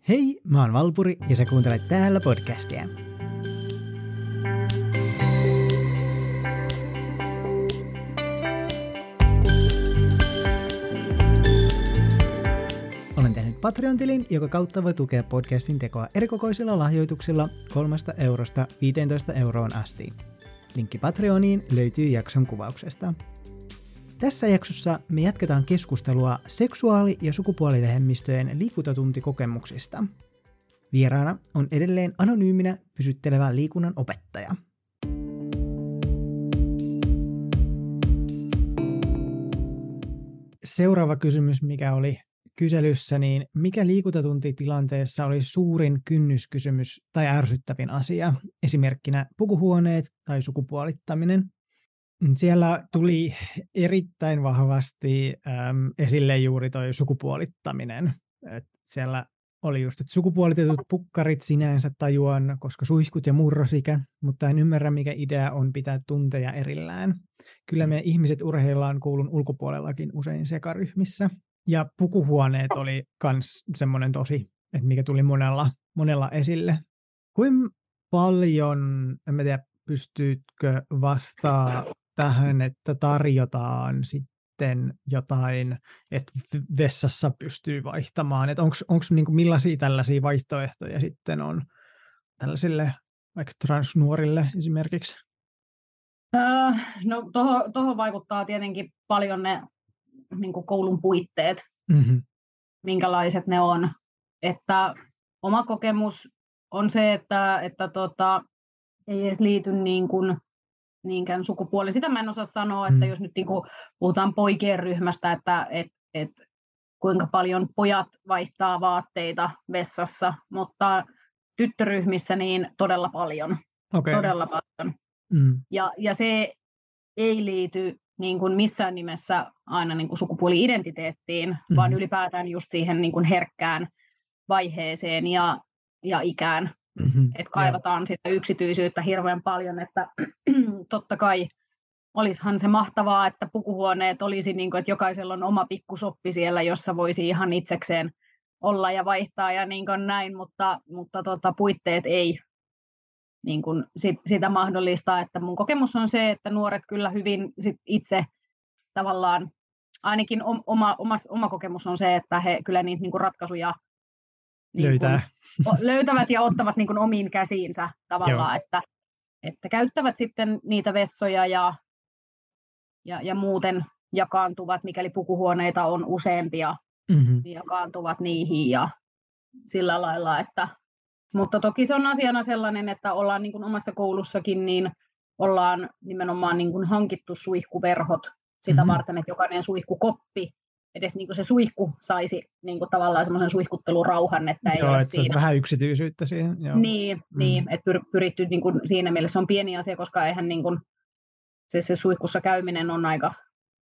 Hei, mä oon Valpuri ja sä kuuntelet täällä podcastia. Olen tehnyt Patreon-tilin, joka kautta voi tukea podcastin tekoa erikokoisilla lahjoituksilla 3 eurosta 15 euroon asti. Linkki Patreoniin löytyy jakson kuvauksesta. Tässä jaksossa me jatketaan keskustelua seksuaali- ja sukupuolivähemmistöjen liikuntatuntikokemuksista. Vieraana on edelleen anonyyminä pysyttelevä liikunnan opettaja. Seuraava kysymys, mikä oli kyselyssä, niin mikä liikuntatuntitilanteessa oli suurin kynnyskysymys tai ärsyttävin asia? Esimerkkinä pukuhuoneet tai sukupuolittaminen. Siellä tuli erittäin vahvasti esille juuri toi sukupuolittaminen. Et siellä oli just, että sukupuolitetut pukkarit sinänsä tajuan, koska suihkut ja murrosikä, mutta en ymmärrä, mikä idea on pitää tunteja erillään. Kyllä me ihmiset urheillaan koulun ulkopuolellakin usein sekaryhmissä. Ja pukuhuoneet oli kans semmoinen tosi, että mikä tuli monella esille. Kuinka paljon, en mä tiedä, pystyytkö vastaa tähän, että tarjotaan sitten jotain, että vessassa pystyy vaihtamaan, että onko niinku millaisia tällaisia vaihtoehtoja sitten on tällaisille vaikka transnuorille esimerkiksi? No tuohon vaikuttaa tietenkin paljon ne niin kuin koulun puitteet, minkälaiset ne on. Että oma kokemus on se, että ei edes liity niinkään sukupuoli. Sitä mä en osaa sanoa, että jos nyt niin kuin puhutaan poikien ryhmästä, että kuinka paljon pojat vaihtaa vaatteita vessassa, mutta tyttöryhmissä niin todella paljon. Okay. Todella paljon. Ja se ei liity niin kuin missään nimessä aina niin kuin sukupuoli-identiteettiin, vaan ylipäätään just siihen niin kuin herkkään vaiheeseen ja ikään. Että kaivataan sitä yksityisyyttä hirveän paljon, että totta kai olisihan se mahtavaa, että pukuhuoneet olisi niin kuin, että jokaisella on oma pikkusoppi siellä, jossa voisi ihan itsekseen olla ja vaihtaa ja niin kuin näin, mutta puitteet ei niin kuin sitä mahdollistaa, että mun kokemus on se, että nuoret kyllä hyvin sit itse tavallaan, ainakin oma kokemus on se, että he kyllä niitä niin kuin ratkaisuja löytävät ja ottavat niin kuin omiin käsiinsä tavallaan, että käyttävät sitten niitä vessoja ja muuten jakaantuvat, mikäli pukuhuoneita on useampia, niin jakaantuvat niihin ja sillä lailla, että mutta toki se on asiana sellainen, että ollaan niin kuin omassa koulussakin, niin ollaan nimenomaan niin kuin hankittu suihkuverhot sitä varten, että jokainen suihkukoppi, edes niin kuin se suihku saisi niin kuin tavallaan semmoisen suihkuttelurauhan, että ei ole että siinä. Vähän yksityisyyttä siihen. Joo. Niin, että pyritty niin kuin siinä mielessä on pieni asia, koska eihän niin kuin se suihkussa käyminen on aika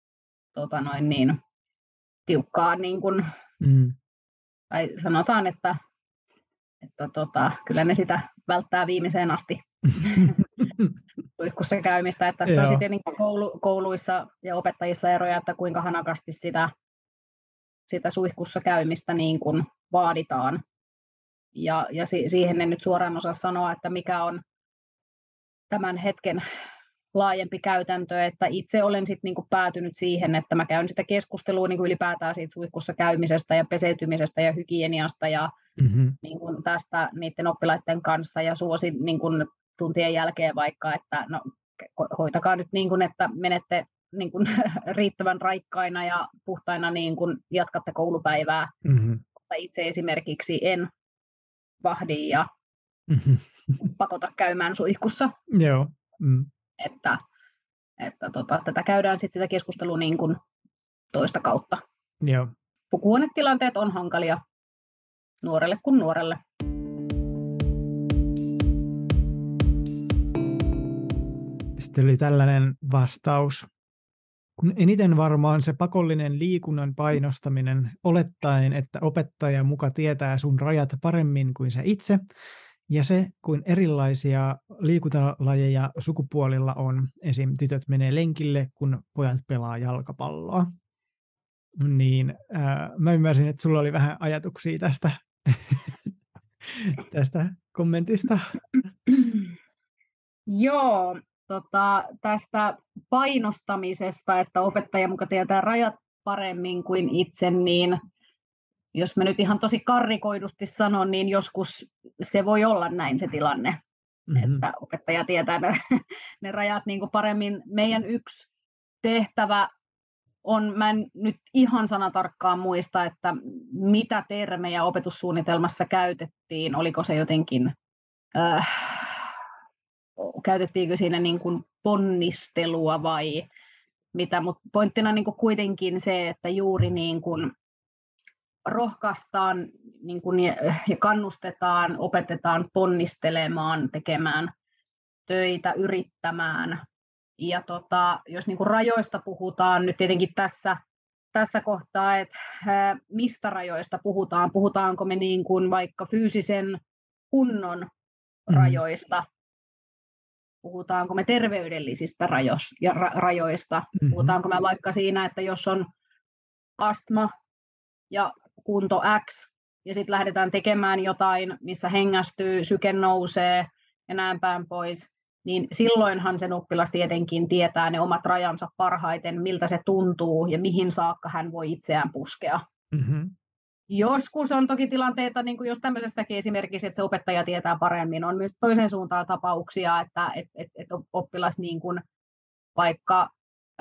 tiukkaa, niin kuin, tai sanotaan, että kyllä ne sitä välttää viimeiseen asti suihkussa käymistä. Että tässä on sitten niin kouluissa ja opettajissa eroja, että kuinka hanakasti sitä suihkussa käymistä niin kuin vaaditaan. Ja siihen en nyt suoraan osaa sanoa, että mikä on tämän hetken laajempi käytäntö, että itse olen sitten niin kuin päätynyt siihen, että mä käyn sitä keskustelua niin kuin ylipäätään siitä suihkussa käymisestä ja peseytymisestä ja hygieniasta ja niin kuin tästä niiden oppilaiden kanssa ja suosin niin kuin tuntien jälkeen vaikka, että no, hoitakaa nyt niin kuin, että menette niin kuin riittävän raikkaina ja puhtaina niin kuin jatkatte koulupäivää, mutta itse esimerkiksi en vahdi ja pakota käymään suihkussa. Joo. Että tätä käydään sitten sitä keskustelua niin kuin toista kautta. Joo. Pukuhuonetilanteet on hankalia nuorelle kuin nuorelle. Sitten oli tällainen vastaus. Kun eniten varmaan se pakollinen liikunnan painostaminen, olettaen, että opettaja muka tietää sun rajat paremmin kuin sä itse, ja se, kuin erilaisia liikuntalajeja sukupuolilla on. Esim. Tytöt menee lenkille, kun pojat pelaa jalkapalloa. Niin mä ymmärsin, että sulla oli vähän ajatuksia tästä tästä kommentista. Joo, tästä painostamisesta, että opettaja muka tietää rajat paremmin kuin itse, niin jos mä nyt ihan tosi karrikoidusti sanon, niin joskus se voi olla näin se tilanne, että opettaja tietää ne rajat niin kuin paremmin. Meidän yksi tehtävä on, mä en nyt ihan sanatarkkaan muista, että mitä termejä opetussuunnitelmassa käytettiin, oliko se jotenkin, käytettiinkö siinä niin kuin ponnistelua vai mitä, mutta pointtina niin kuin kuitenkin se, että juuri niin kuin rohkaistaan niin kuin, ja kannustetaan, opetetaan ponnistelemaan, tekemään töitä, yrittämään. Ja jos niin kuin rajoista puhutaan nyt tietenkin tässä kohtaa, että mistä rajoista puhutaan, puhutaanko me niin kuin vaikka fyysisen kunnon rajoista, puhutaanko me terveydellisistä rajoista, puhutaanko me vaikka siinä, että jos on astma ja kunto X, ja sitten lähdetään tekemään jotain, missä hengästyy, syke nousee ja näin päin pois, niin silloinhan sen oppilas tietenkin tietää ne omat rajansa parhaiten, miltä se tuntuu ja mihin saakka hän voi itseään puskea. Joskus on toki tilanteita, niin kuin jos tämmöisessäkin esimerkiksi, että se opettaja tietää paremmin, on myös toisen suuntaan tapauksia, että oppilas niin kuin vaikka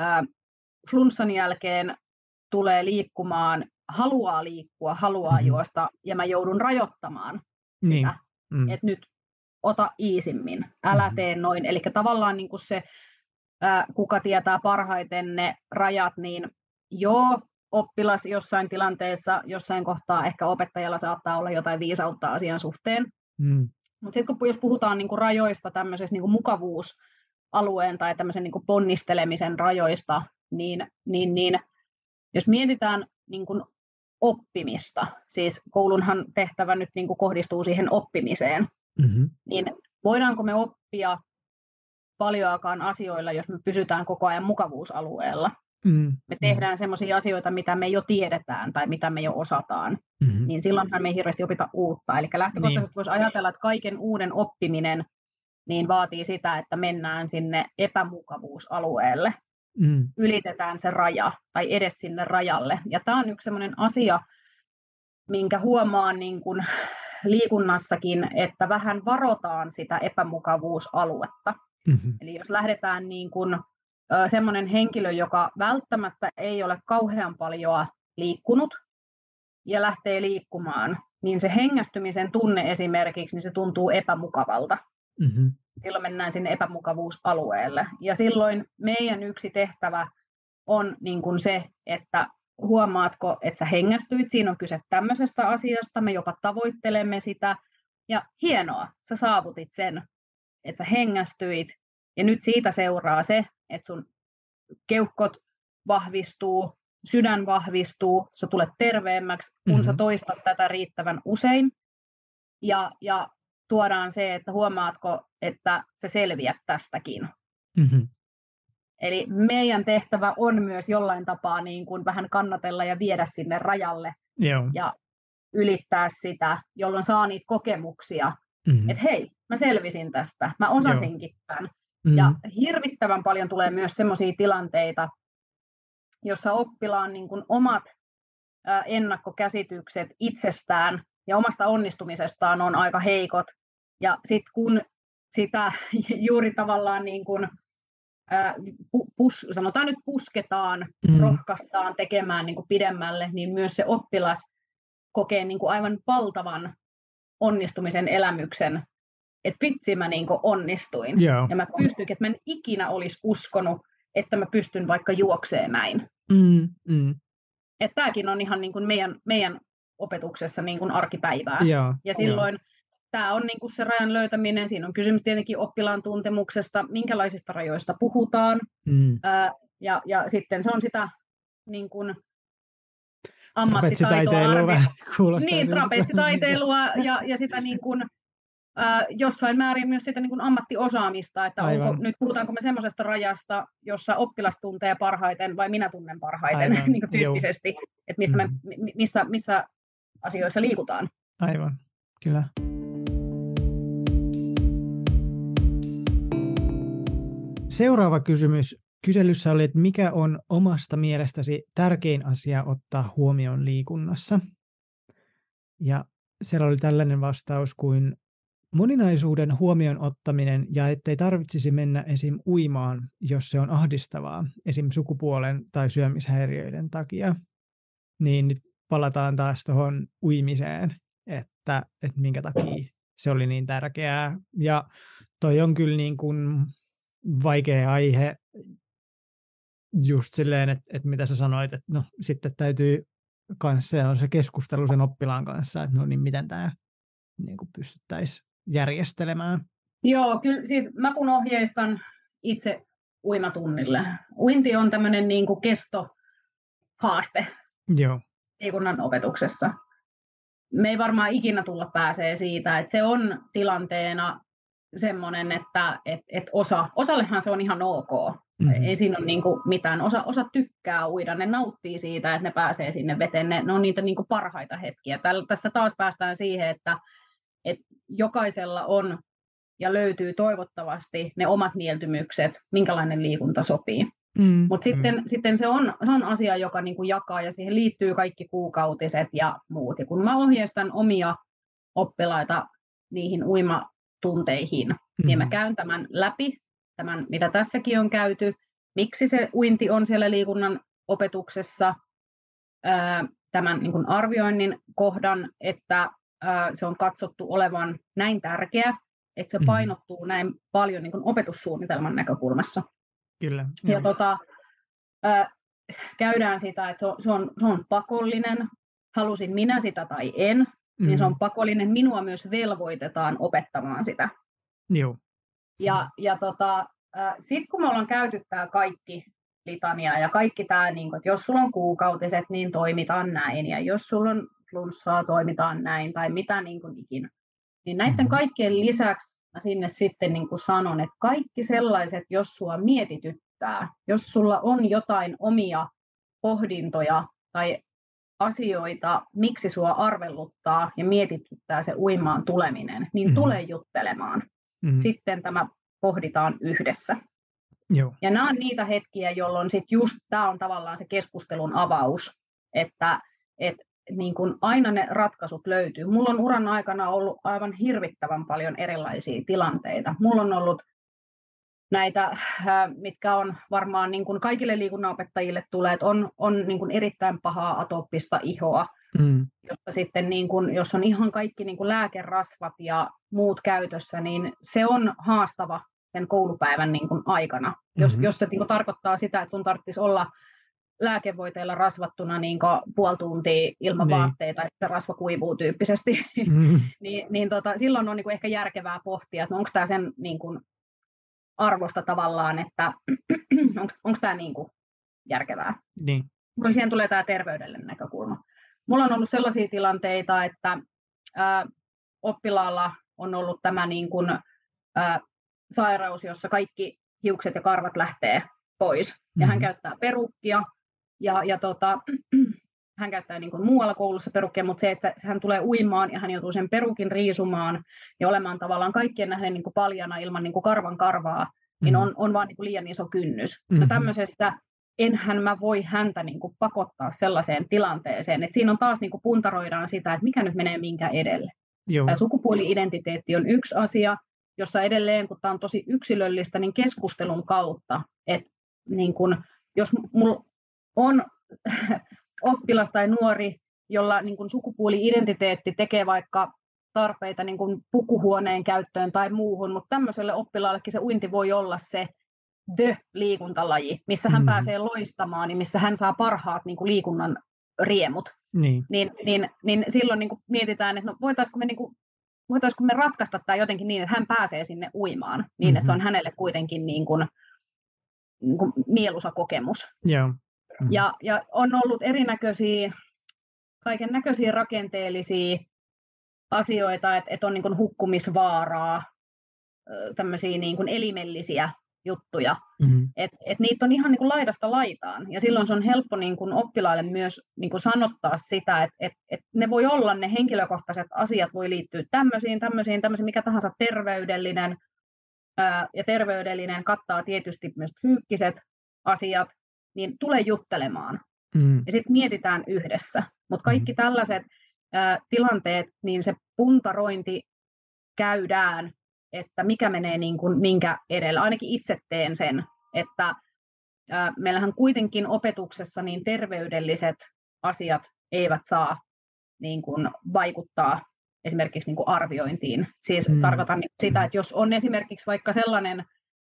flunssan jälkeen tulee liikkumaan, haluaa liikkua, haluaa juosta, ja mä joudun rajoittamaan sitä, että nyt ota iisimmin, älä tee noin. Eli tavallaan niin kuin se, kuka tietää parhaiten ne rajat, niin joo, oppilas jossain tilanteessa, jossain kohtaa ehkä opettajalla saattaa olla jotain viisautta asian suhteen. Mutta sitten jos puhutaan niin kuin rajoista, tämmöisestä niin kuin mukavuusalueen tai tämmöisen niin kuin ponnistelemisen rajoista, niin jos mietitään niin kuin oppimista, siis koulunhan tehtävä nyt niin kuin kohdistuu siihen oppimiseen, niin voidaanko me oppia paljoakaan asioilla, jos me pysytään koko ajan mukavuusalueella? Me tehdään sellaisia asioita, mitä me jo tiedetään tai mitä me jo osataan, niin silloinhan me ei hirveästi opita uutta. Eli lähtökohtaisesti voisi ajatella, että kaiken uuden oppiminen niin vaatii sitä, että mennään sinne epämukavuusalueelle. Ylitetään se raja tai edes sinne rajalle. Ja tämä on yksi sellainen asia, minkä huomaan niin kuin liikunnassakin, että vähän varotaan sitä epämukavuusaluetta. Eli jos lähdetään niin kuin semmoinen henkilö, joka välttämättä ei ole kauhean paljon liikkunut ja lähtee liikkumaan, niin se hengästymisen tunne esimerkiksi, niin se tuntuu epämukavalta. Silloin mennään sinne epämukavuusalueelle. Ja silloin meidän yksi tehtävä on niin kuin se, että huomaatko, että sä hengästyit, siinä on kyse tämmöisestä asiasta, me jopa tavoittelemme sitä, ja hienoa, sä saavutit sen, että sä hengästyit, ja nyt siitä seuraa se, että sun keuhkot vahvistuu, sydän vahvistuu, sä tulet terveemmäksi, kun sä toistat tätä riittävän usein, ja tuodaan se, että huomaatko, että sä selviät tästäkin. Eli meidän tehtävä on myös jollain tapaa niin kuin vähän kannatella ja viedä sinne rajalle ja ylittää sitä, jolloin saa niitä kokemuksia, että hei, mä selvisin tästä, mä osasinkin tämän. Ja hirvittävän paljon tulee myös sellaisia tilanteita, jossa oppilaan niin kuin omat ennakkokäsitykset itsestään ja omasta onnistumisestaan on aika heikot. Ja sitten kun sitä juuri tavallaan niin kuin sanotaan nyt pusketaan, rohkaistaan tekemään niin kuin pidemmälle, niin myös se oppilas kokee niin kuin aivan valtavan onnistumisen elämyksen, että vitsi mä niin kuin onnistuin. Ja mä pystyin, että mä en ikinä olisi uskonut, että mä pystyn vaikka juoksemaan näin. Että tämäkin on ihan niin kuin meidän opetuksessa niin kuin arkipäivää. Ja silloin tämä on niin kuin se rajan löytäminen. Siinä on kysymys tietenkin oppilaan tuntemuksesta, minkälaisista rajoista puhutaan. Ja sitten se on sitä niin kuin ammattitaitoa. Niin, trapetsitaiteilua ja sitä niin kuin, jossain määrin myös sitä niin kuin ammattiosaamista, että puhutaanko me semmoisesta rajasta, jossa oppilas tuntee parhaiten vai minä tunnen parhaiten niin kuin tyyppisesti, että missä asioissa liikutaan. Aivan, kyllä. Seuraava kysymys kyselyssä oli, että mikä on omasta mielestäsi tärkein asia ottaa huomioon liikunnassa? Ja siellä oli tällainen vastaus kuin moninaisuuden huomioon ottaminen ja ettei tarvitsisi mennä esim. Uimaan, jos se on ahdistavaa, esim. Sukupuolen tai syömishäiriöiden takia. Niin nyt palataan taas tuohon uimiseen, että minkä takia se oli niin tärkeää. Ja toi on kyllä niin kuin vaikea aihe just silleen, että mitä sä sanoit, että no sitten täytyy kanssa, se on se keskustelu sen oppilaan kanssa, että no niin miten tämä niin kuin pystyttäisiin järjestelemään. Joo, kyllä siis mä kun ohjeistan itse uimatunnille. Uinti on tämmöinen niin kuin kestohaaste liikunnan opetuksessa. Me ei varmaan ikinä tulla pääsee siitä, että se on tilanteena semmoinen, että osallehan se on ihan ok. Mm-hmm. Ei siinä ole niin kuin mitään. Osa tykkää uida, ne nauttii siitä, että ne pääsee sinne veteen. Ne on niitä niin kuin parhaita hetkiä. Tässä taas päästään siihen, että jokaisella on ja löytyy toivottavasti ne omat mieltymykset, minkälainen liikunta sopii. Mutta sitten se on asia, joka niinku jakaa ja siihen liittyy kaikki kuukautiset ja muut. Ja kun mä ohjeistan omia oppilaita niihin uimatunteihin, niin mä käyn tämän läpi, tämän mitä tässäkin on käyty, miksi se uinti on siellä liikunnan opetuksessa, tämän niin kuin arvioinnin kohdan, että se on katsottu olevan näin tärkeä, että se painottuu näin paljon niin kuin opetussuunnitelman näkökulmassa. Kyllä. Ja käydään sitä, että se on pakollinen, halusin minä sitä tai en, niin se on pakollinen, minua myös velvoitetaan opettamaan sitä. Joo. Ja sitten kun me ollaan käyty tämä kaikki litania ja kaikki tämä, niin että jos sulla on kuukautiset, niin toimitaan näin, ja jos sulla on flunssaa, toimitaan näin, tai mitä niin kuin ikinä. Niin näiden kaikkien lisäksi mä sinne sitten niin kuin sanon, että kaikki sellaiset, jos sua mietityttää, jos sulla on jotain omia pohdintoja tai asioita, miksi sua arveluttaa ja mietityttää se uimaan tuleminen, niin tule juttelemaan. Sitten tämä pohditaan yhdessä. Joo. Ja nämä on niitä hetkiä, jolloin sit just tämä on tavallaan se keskustelun avaus, että niin kun aina ne ratkaisut löytyy. Mulla on uran aikana ollut aivan hirvittävän paljon erilaisia tilanteita. Mulla on ollut näitä, mitkä on varmaan niin kun kaikille liikunnanopettajille tulee, että on niin kun erittäin pahaa atooppista ihoa, josta sitten niin kun, jos on ihan kaikki niin kun lääkerasvat ja muut käytössä, niin se on haastava sen koulupäivän niin kun aikana. Jos se niin kun tarkoittaa sitä, että sun tarvitsisi olla lääkevoiteilla rasvattuna niin puoli tuntia ilman vaatteita, että se rasva kuivuu tyyppisesti, niin silloin on niin kuin ehkä järkevää pohtia, että onko tämä sen niin kuin arvosta tavallaan, että onko tämä niin kuin järkevää. Niin. Kun siihen tulee tämä terveydellinen näkökulma. Mulla on ollut sellaisia tilanteita, että oppilaalla on ollut tämä niin kuin, sairaus, jossa kaikki hiukset ja karvat lähtee pois, ja hän käyttää perukkia, ja hän käyttää niin kuin muualla koulussa perukkia, mutta se, että hän tulee uimaan ja hän joutuu sen perukin riisumaan ja olemaan tavallaan kaikkien nähden niin kuin paljana ilman niin kuin karvan karvaa, niin on vaan niin kuin liian iso kynnys. No tämmöisessä enhän mä voi häntä niin kuin pakottaa sellaiseen tilanteeseen, että siinä on taas niin kuin puntaroidaan sitä, että mikä nyt menee minkä edelle. Tämä sukupuoli-identiteetti on yksi asia, jossa edelleen, kun tämä on tosi yksilöllistä, niin keskustelun kautta, että niin kun, jos mulla on oppilas tai nuori, jolla niin kun sukupuoli-identiteetti tekee vaikka tarpeita niin kun pukuhuoneen käyttöön tai muuhun, mutta tämmöiselle oppilaallekin se uinti voi olla se liikuntalaji, missä hän pääsee loistamaan ja missä hän saa parhaat niin kun liikunnan riemut. Niin silloin niin kun mietitään, että no voitaisiko me ratkaista tämä jotenkin niin, että hän pääsee sinne uimaan, niin että se on hänelle kuitenkin niin kuin mieluisa kokemus. Ja on ollut erinäköisiä, kaiken näköisiä rakenteellisia asioita, että on niin kuin hukkumisvaaraa, tämmöisiä niin kuin elimellisiä juttuja, että niitä on ihan niin kuin laidasta laitaan, ja silloin se on helppo niin kuin oppilaille myös niin kuin sanottaa sitä, että ne voi olla, ne henkilökohtaiset asiat voi liittyä tämmöisiin, mikä tahansa terveydellinen ja terveydellinen kattaa tietysti myös psyykkiset asiat, niin tule juttelemaan. Ja sitten mietitään yhdessä. Mutta kaikki tällaiset tilanteet, niin se puntarointi käydään, että mikä menee niin kuin minkä edellä. Ainakin itse teen sen, että meillähän kuitenkin opetuksessa niin terveydelliset asiat eivät saa niin kuin vaikuttaa esimerkiksi niin kuin arviointiin. Siis tarkoitan sitä, että jos on esimerkiksi vaikka sellainen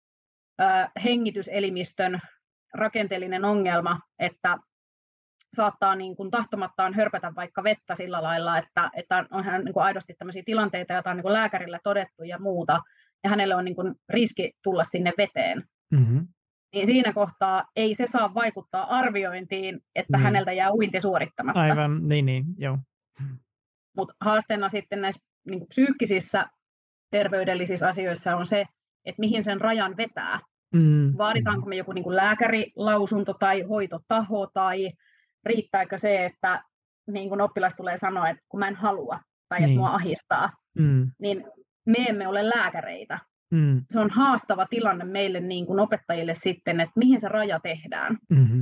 hengityselimistön rakenteellinen ongelma, että saattaa niin kuin tahtomattaan hörpätä vaikka vettä sillä lailla, että onhan niin kuin aidosti tämmöisiä tilanteita, joita on niin kuin lääkärillä todettu ja muuta, ja hänelle on niin kuin riski tulla sinne veteen. Niin siinä kohtaa ei se saa vaikuttaa arviointiin, että häneltä jää uinti suorittamatta. Aivan, niin, joo. Mutta haasteena sitten näissä niin kuin psyykkisissä terveydellisissä asioissa on se, että mihin sen rajan vetää. Vaaditaanko me joku niin kuin lääkärilausunto tai hoitotaho, tai riittääkö se, että niin kuin oppilas tulee sanoa, että kun mä en halua tai että mua ahistaa, niin me emme ole lääkäreitä. Se on haastava tilanne meille niin kuin opettajille sitten, että mihin se raja tehdään.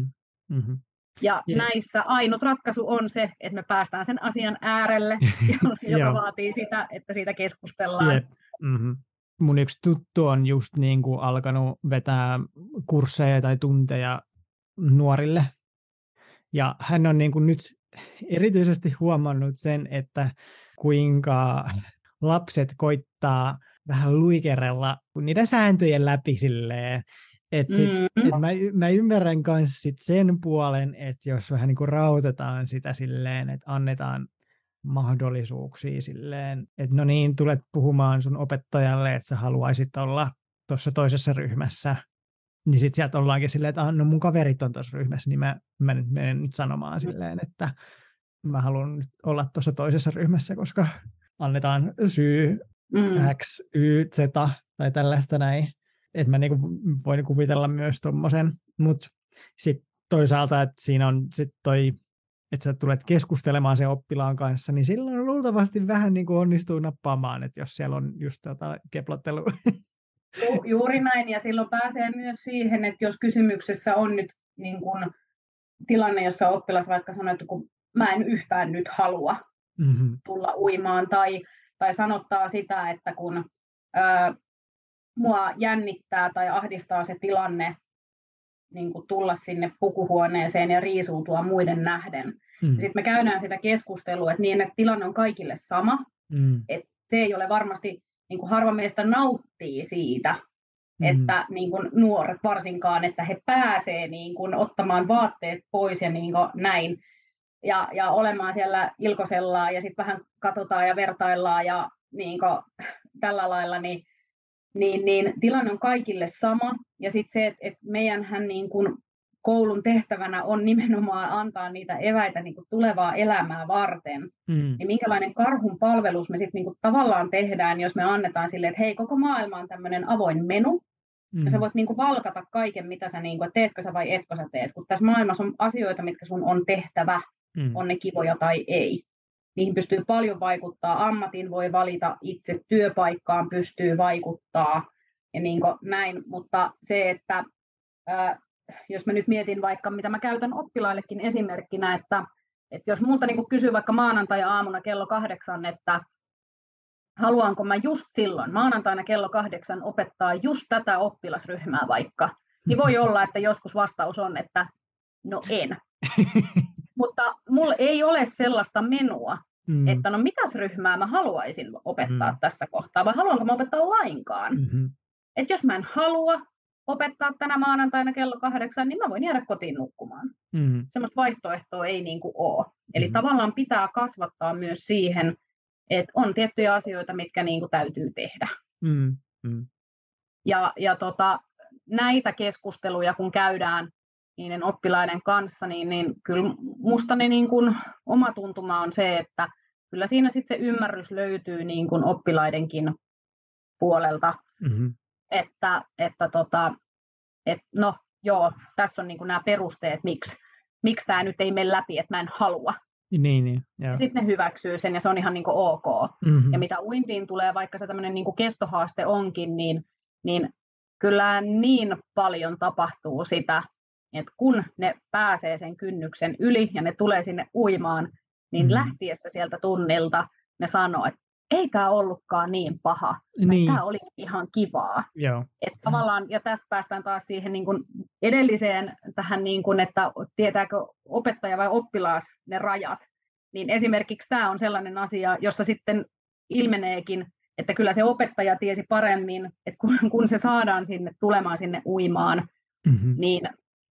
Ja näissä ainut ratkaisu on se, että me päästään sen asian äärelle, joka vaatii sitä, että siitä keskustellaan. Mun yksi tuttu on just niin kuin alkanut vetää kursseja tai tunteja nuorille. Ja hän on niin kuin nyt erityisesti huomannut sen, että kuinka lapset koittaa vähän luikerella niiden sääntöjen läpi silleen. Et mä ymmärrän myös sen puolen, että jos vähän niin kuin rautetaan sitä silleen, että annetaan mahdollisuuksia silleen, että no niin, tulet puhumaan sun opettajalle, että sä haluaisit olla tuossa toisessa ryhmässä, niin sitten sieltä ollaankin silleen, että no mun kaverit on tuossa ryhmässä, niin mä nyt menen nyt sanomaan silleen, että mä haluan nyt olla tuossa toisessa ryhmässä, koska annetaan syy X, Y, Z tai tällaista näin. Että mä niinku voin kuvitella myös tommosen, mutta sitten toisaalta, että siinä on sitten toi, että sä tulet keskustelemaan sen oppilaan kanssa, niin silloin luultavasti vähän niin kuin onnistuu nappaamaan, että jos siellä on just keplottelua. Juuri näin, ja silloin pääsee myös siihen, että jos kysymyksessä on nyt niin kuin tilanne, jossa oppilas vaikka sanoo, että kun mä en yhtään nyt halua tulla uimaan, tai sanottaa sitä, että kun mua jännittää tai ahdistaa se tilanne niin kuin tulla sinne pukuhuoneeseen ja riisuutua muiden nähden. Sitten me käydään sitä keskustelua, että niin, että tilanne on kaikille sama, että se ei ole varmasti, niin kuin harva meistä nauttii siitä, että niin kuin nuoret varsinkaan, että he pääsee niin kuin ottamaan vaatteet pois ja niin kuin näin, ja olemaan siellä ilkosellaan, ja sitten vähän katsotaan ja vertaillaan ja niin kuin tällä lailla, niin tilanne on kaikille sama, ja sitten se, että meidänhän niin kuin koulun tehtävänä on nimenomaan antaa niitä eväitä niin kuin tulevaa elämää varten, niin minkälainen karhun palvelus me sitten niin kuin tavallaan tehdään, jos me annetaan sille, että hei, koko maailma on tämmöinen avoin menu, ja sä voit niin kuin valkata kaiken, mitä sä, niin kuin, teetkö sä vai etkö sä teet, kun tässä maailmassa on asioita, mitkä sun on tehtävä, on ne kivoja tai ei. Niihin pystyy paljon vaikuttaa, ammatin voi valita itse, työpaikkaan pystyy vaikuttaa ja niin kuin näin, mutta se, että jos mä nyt mietin vaikka, mitä mä käytän oppilaillekin esimerkkinä, että jos multa niin kuin kysyy vaikka maanantai-aamuna kello 8, että haluanko mä just silloin maanantaina kello 8 opettaa just tätä oppilasryhmää vaikka, niin voi olla, että joskus vastaus on, että no en. Mutta mulla ei ole sellaista menua, että no mitäs ryhmää mä haluaisin opettaa tässä kohtaa, vai haluanko mä opettaa lainkaan. Että jos mä en halua opettaa tänä maanantaina kello 8, niin mä voin jäädä kotiin nukkumaan. Semmoista vaihtoehtoa ei niin kuin ole. Eli tavallaan pitää kasvattaa myös siihen, että on tiettyjä asioita, mitkä niin kuin täytyy tehdä. Ja näitä keskusteluja, kun käydään niiden oppilaiden kanssa, niin kyllä musta ne niin kuin oma tuntuma on se, että kyllä siinä sitten se ymmärrys löytyy niin kuin oppilaidenkin puolelta, että no joo, tässä on niin kuin nämä perusteet, miksi tämä nyt ei mene läpi, että mä en halua. Niin, ja sitten ne hyväksyy sen ja se on ihan niin kuin ok. Ja mitä uintiin tulee, vaikka se tämmöinen niin kuin kestohaaste onkin, niin niin kyllä niin paljon tapahtuu sitä, että kun ne pääsee sen kynnyksen yli ja ne tulee sinne uimaan, niin lähtiessä sieltä tunnilta ne sanoo, että ei tämä ollutkaan niin paha, tämä oli ihan kivaa. Että tavallaan, ja tästä päästään taas siihen niin kuin edelliseen tähän, niin kuin, että tietääkö opettaja vai oppilas ne rajat, niin esimerkiksi tämä on sellainen asia, jossa sitten ilmeneekin, että kyllä se opettaja tiesi paremmin, että kun se saadaan tulemaan sinne uimaan, niin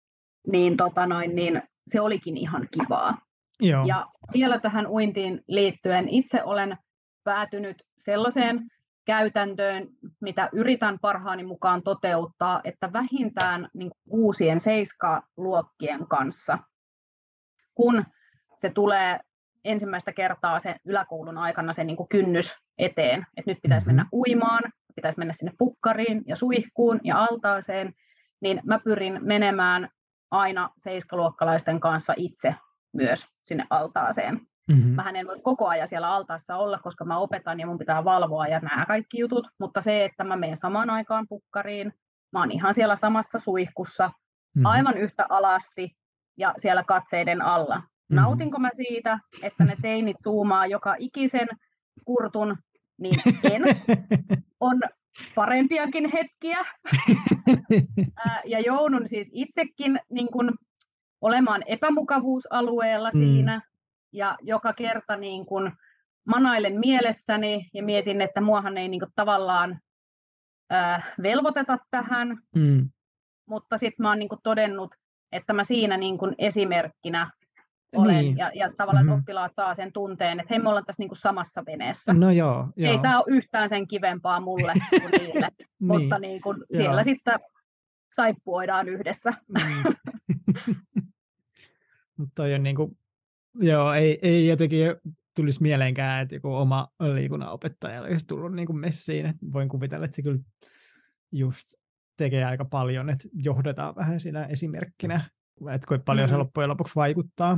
se olikin ihan kivaa. Joo. Ja vielä tähän uintiin liittyen itse olen päätynyt sellaiseen käytäntöön, mitä yritän parhaani mukaan toteuttaa, että vähintään niin uusien 7-luokkien kanssa, kun se tulee ensimmäistä kertaa sen yläkoulun aikana se niin kuin kynnys eteen, että nyt pitäisi mennä uimaan, pitäisi mennä sinne pukkariin ja suihkuun ja altaaseen, niin mä pyrin menemään aina 7-luokkalaisten kanssa itse myös sinne altaaseen. Mähän en voi koko ajan siellä altaassa olla, koska mä opetan ja mun pitää valvoa ja nämä kaikki jutut, mutta se, että mä menen samaan aikaan pukkariin, mä oon ihan siellä samassa suihkussa, aivan yhtä alasti ja siellä katseiden alla. Nautinko mä siitä, että ne teinit zoomaa joka ikisen kurtun, niin en. On parempiakin hetkiä. Ja joudun siis itsekin niin kun olemaan epämukavuusalueella siinä. Ja joka kerta niin kun manailen mielessäni ja mietin, että muahan ei niin kun tavallaan velvoiteta tähän. Mutta sitten mä oon niin kun todennut, että mä siinä niin kun esimerkkinä olen, ja tavallaan että oppilaat saa sen tunteen, että hei, me ollaan tässä niin kuin samassa veneessä. No joo. Ei tämä ole yhtään sen kivempaa mulle kuin niille, mutta niin kuin siellä sitten saippuoidaan yhdessä. Mutta toi on niin kuin, ei jotenkin tulisi mieleenkään, että joku oma liikunnanopettaja olisi tullut niin kuin messiin. Et voin kuvitella, että se kyllä just tekee aika paljon, että johdetaan vähän siinä esimerkkinä. Että kuinka paljon se loppujen lopuksi vaikuttaa.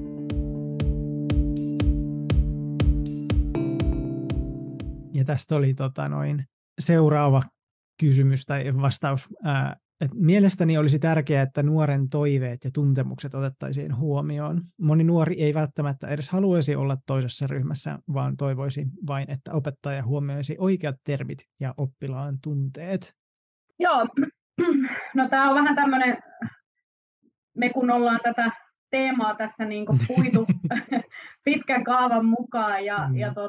Ja tästä oli seuraava kysymys tai vastaus. Että mielestäni olisi tärkeää, että nuoren toiveet ja tuntemukset otettaisiin huomioon. Moni nuori ei välttämättä edes haluaisi olla toisessa ryhmässä, vaan toivoisi vain, että opettaja huomioisi oikeat termit ja oppilaan tunteet. Joo, no tämä on vähän tämmöinen... Me kun ollaan tätä teemaa tässä niin kuin puitu pitkän kaavan mukaan ja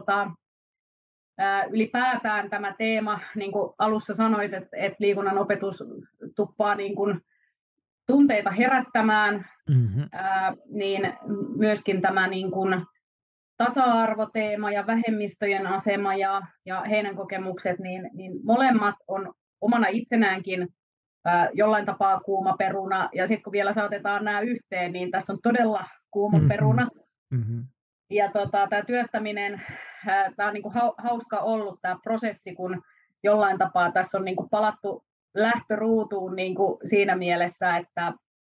ylipäätään tämä teema, niin kuin alussa sanoit, että liikunnan opetus tuppaa niin kuin tunteita herättämään, niin myöskin tämä niin kuin tasa-arvoteema ja vähemmistöjen asema ja heidän kokemukset, niin molemmat on omana itsenäänkin jollain tapaa kuuma peruna, ja sitten kun vielä saatetaan nämä yhteen, niin tässä on todella kuuma peruna. Ja tämä työstäminen, tämä on niinku hauska ollut tämä prosessi, kun jollain tapaa tässä on niinku palattu lähtöruutuun niinku siinä mielessä, että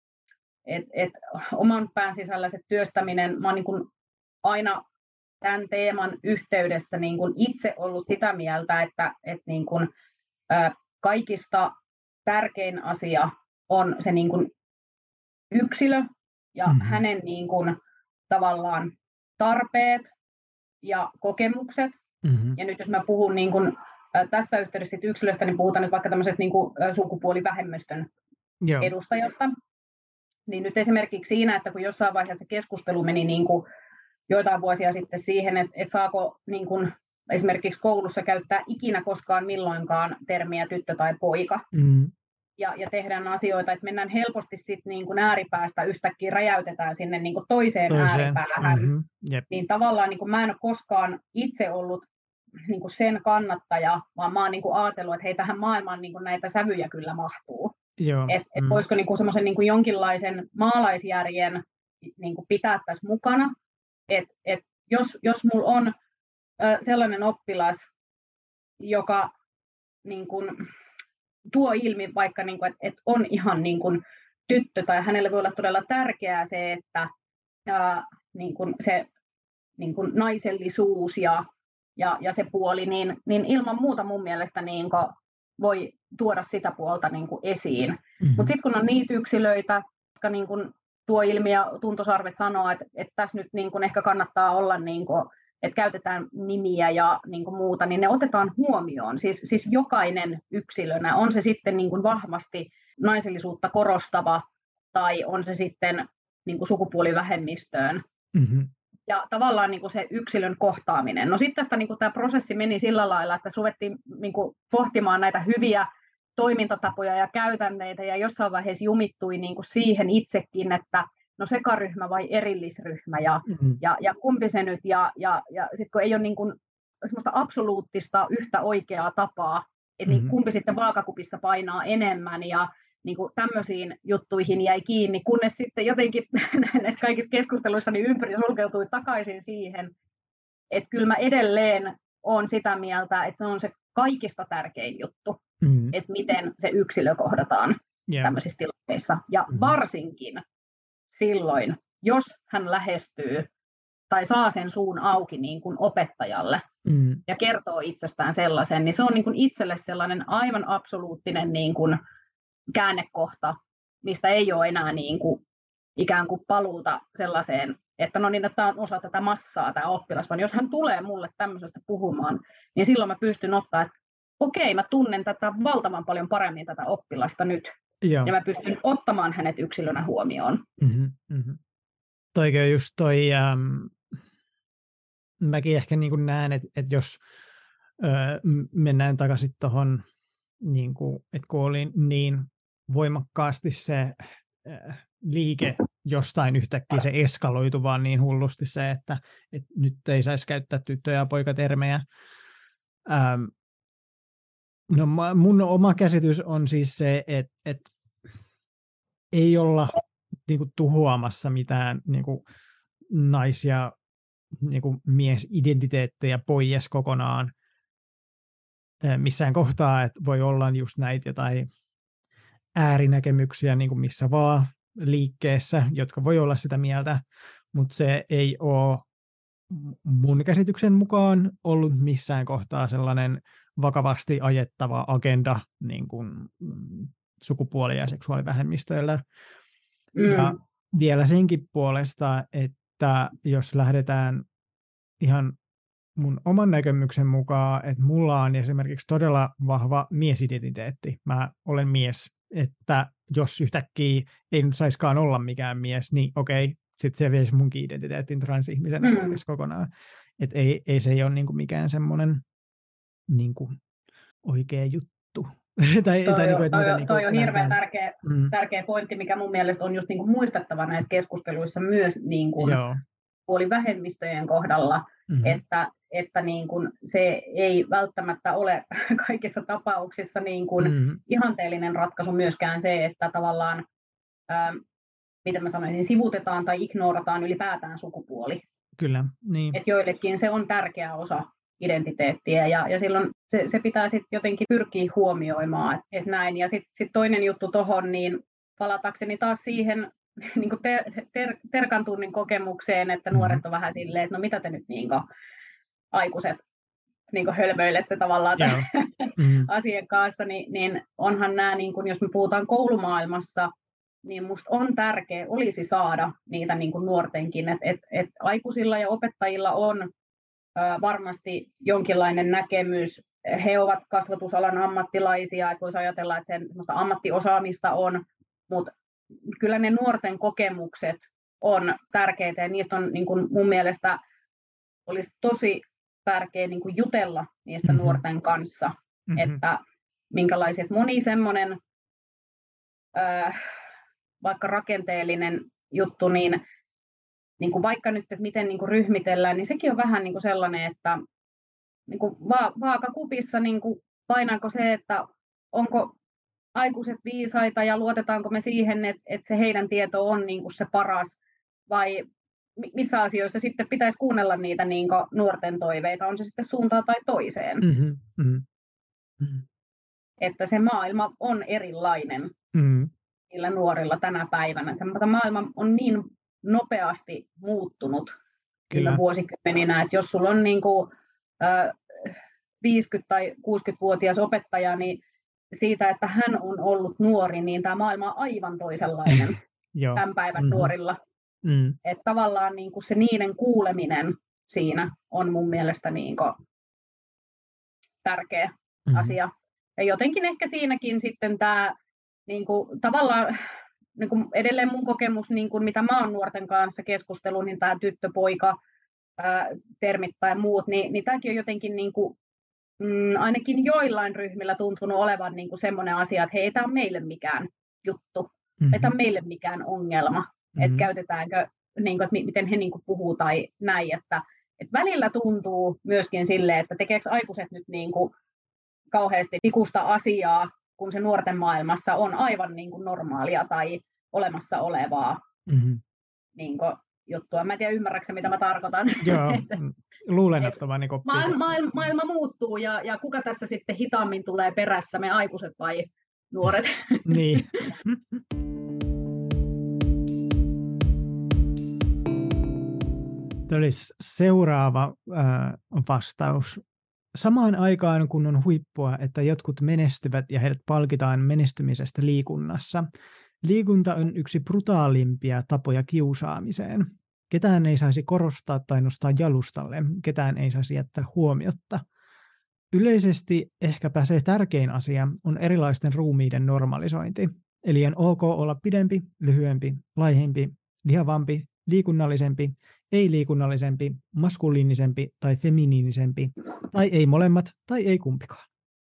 oman pään sisällä se työstäminen, mä oon niinku aina tämän teeman yhteydessä niinku itse ollut sitä mieltä, että niinku, kaikista tärkein asia on se niin kuin yksilö ja hänen niin kuin tavallaan tarpeet ja kokemukset. Ja nyt jos mä puhun niin kuin, tässä yhteydessä yksilöstä, niin puhutaan nyt vaikka tämmöisestä niin kuin sukupuolivähemmistön edustajasta. Niin nyt esimerkiksi siinä, että kun jossain vaiheessa keskustelu meni niin kuin joitain vuosia sitten siihen, että saako niin kuin esimerkiksi koulussa käyttää ikinä koskaan milloinkaan termiä tyttö tai poika. Ja tehdään asioita, että mennään helposti sit niin kuin ääripäästä yhtäkkiä räjäytetään sinne niin kuin toiseen ääripäähän. Niin tavallaan niin kuin mä en ole koskaan itse ollut niin kuin sen kannattaja, vaan mä oon niin kuin ajatellut, että hei, tähän maailmaan niin kuin näitä sävyjä kyllä mahtuu. Että voisiko niin kuin semmoisen niin kuin jonkinlaisen maalaisjärjen niin kuin pitää tässä mukana. Että jos mulla on sellainen oppilas, joka niin kuin tuo ilmi vaikka, niin kuin, että on ihan niin kuin tyttö, tai hänelle voi olla todella tärkeää se, että niin kuin se niin kuin naisellisuus ja se puoli, niin ilman muuta mun mielestä niin kuin, voi tuoda sitä puolta niin kuin esiin. Mutta sitten kun on niitä yksilöitä, jotka niin kuin tuo ilmi ja tuntosarvet sanoo, että tässä nyt niin kuin ehkä kannattaa olla, niin kuin, että käytetään nimiä ja niin kuin muuta, niin ne otetaan huomioon. Siis jokainen yksilönä, on se sitten niin kuin vahvasti naisellisuutta korostava tai on se sitten niin kuin sukupuolivähemmistöön. Ja tavallaan niin kuin se yksilön kohtaaminen. No sitten tästä niin kuin tämä prosessi meni sillä lailla, että ruvettiin niin kuin pohtimaan näitä hyviä toimintatapoja ja käytänteitä, ja jossain vaiheessa jumittui niin kuin siihen itsekin, että no sekaryhmä vai erillisryhmä, ja kumpi se nyt, ja sitten kun ei ole niin kuin semmoista absoluuttista yhtä oikeaa tapaa, että niin kumpi sitten vaakakupissa painaa enemmän, ja niin kuin tämmöisiin juttuihin jäi kiinni, kunnes sitten jotenkin näissä kaikissa keskusteluissa niin ympäri sulkeutui takaisin siihen, että kyllä mä edelleen olen sitä mieltä, että se on se kaikista tärkein juttu, että miten se yksilö kohdataan tämmöisissä tilanteissa. Ja varsinkin silloin, jos hän lähestyy tai saa sen suun auki niin kuin opettajalle ja kertoo itsestään sellaisen, niin se on niin kuin itselle sellainen aivan absoluuttinen niin kuin käännekohta, mistä ei ole enää niin kuin ikään kuin paluuta sellaiseen, että no niin, että tämä on osa tätä massaa tämä oppilas, vaan jos hän tulee mulle tämmöisestä puhumaan, niin silloin mä pystyn ottaa, että okei, mä tunnen tätä valtavan paljon paremmin tätä oppilasta nyt, ja mä pystyn ottamaan hänet yksilönä huomioon. Toikin on just toi, mäkin ehkä niin kuin näen, että jos mennään takaisin tuohon, niin että kun oli niin voimakkaasti se liike jostain yhtäkkiä, se eskaloitu vaan niin hullusti se, että nyt ei saisi käyttää tyttö- ja poikatermejä. No mun oma käsitys on siis se, että ei olla niin kuin tuhoamassa mitään niin kuin nais- ja niin kuin miesidentiteettejä pois kokonaan missään kohtaa, että voi olla just näitä jotain äärinäkemyksiä niin kuin missä vaan liikkeessä, jotka voi olla sitä mieltä, mutta se ei ole mun käsityksen mukaan ollut missään kohtaa sellainen vakavasti ajettava agenda niin kuin sukupuoli- ja seksuaalivähemmistöillä. Ja vielä senkin puolesta, että jos lähdetään ihan mun oman näkemyksen mukaan, että mulla on esimerkiksi todella vahva miesidentiteetti. Mä olen mies, että jos yhtäkkiä ei nyt saiskaan olla mikään mies, niin okei, sitten se veisi munkin identiteetin transihmisenä kokonaan. Että ei se ole niinku mikään semmoinen niinku oikea juttu. Toi on hirveän tärkeä pointti, mikä mun mielestä on just niinku muistettava näissä keskusteluissa myös niinku puolivähemmistöjen kohdalla, että niin kuin se ei välttämättä ole kaikissa tapauksissa niin kuin ihanteellinen ratkaisu myöskään se, että tavallaan, miten mä sanoisin, sivuutetaan tai ignorataan ylipäätään sukupuoli. Kyllä, niin. Et joillekin se on tärkeä osa identiteettiä, ja silloin se pitää sitten jotenkin pyrkiä huomioimaan, että näin. Ja sitten toinen juttu tuohon, niin palatakseni taas siihen niin kuin Terkan tunnin kokemukseen, että nuoret on vähän silleen, että no mitä te nyt niin kuin aikuiset niin kuin hölmöilette tavallaan tämän asian kanssa, niin onhan nämä, niin kuin, jos me puhutaan koulumaailmassa, niin musta on tärkeää, olisi saada niitä niin kuin nuortenkin, että aikuisilla ja opettajilla on varmasti jonkinlainen näkemys, he ovat kasvatusalan ammattilaisia, että voisi ajatella, että sen ammattiosaamista on, mutta kyllä ne nuorten kokemukset on tärkeitä, ja niistä on niin kuin mun mielestä olisi tosi tärkeää niin kuin jutella niistä nuorten kanssa, että minkälaiset moni semmoinen vaikka rakenteellinen juttu, niin kuin vaikka nyt, että miten niin kuin ryhmitellään, niin sekin on vähän niin kuin sellainen, että niin kuin vaakakupissa niin kuin painaako se, että onko aikuiset viisaita ja luotetaanko me siihen, että se heidän tieto on niin kuin se paras, vai missä asioissa sitten pitäisi kuunnella niitä niin kuin nuorten toiveita, on se sitten suuntaan tai toiseen. Että se maailma on erilainen niillä nuorilla tänä päivänä. Tämä maailma on niin nopeasti muuttunut viime vuosikymmeninä, että jos sulla on niin kuin 50- tai 60-vuotias opettaja, niin siitä, että hän on ollut nuori, niin tämä maailma on aivan toisenlainen tämän päivän nuorilla. Että tavallaan niin kuin se niiden kuuleminen siinä on mun mielestä niin kuin tärkeä asia. Ja jotenkin ehkä siinäkin sitten tämä niin kuin, tavallaan niin kuin edelleen mun kokemus, niin kuin mitä mä oon nuorten kanssa keskustellut, niin tämä tyttö-poika termit tai muut, niin tämäkin on jotenkin niin kuin, ainakin joillain ryhmillä tuntunut olevan niin kuin semmoinen asia, että hei, ei tämä ole meille mikään juttu, ei tämä ole meille mikään ongelma, että käytetäänkö, niin kuin, että miten he niin kuin puhuu tai näin, että välillä tuntuu myöskin silleen, että tekeekö aikuiset nyt niin kuin kauheasti tikusta asiaa, kun se nuorten maailmassa on aivan niin kuin normaalia tai olemassa olevaa niin kuin juttua. Mä en tiedä, ymmärrätkö mitä mä tarkoitan. Joo, luulen, että vaan niin maailma muuttuu ja kuka tässä sitten hitaammin tulee perässä, me aikuiset vai nuoret? Niin. Tämä olisi seuraava vastaus. Samaan aikaan, kun on huippua, että jotkut menestyvät ja heidät palkitaan menestymisestä liikunnassa, liikunta on yksi brutaalimpia tapoja kiusaamiseen. Ketään ei saisi korostaa tai nostaa jalustalle, ketään ei saisi jättää huomiotta. Yleisesti ehkäpä se tärkein asia on erilaisten ruumiiden normalisointi. Eli on ok olla pidempi, lyhyempi, laihempi, lihavampi, liikunnallisempi, ei-liikunnallisempi, maskuliinisempi tai feminiinisempi, tai ei molemmat, tai ei kumpikaan.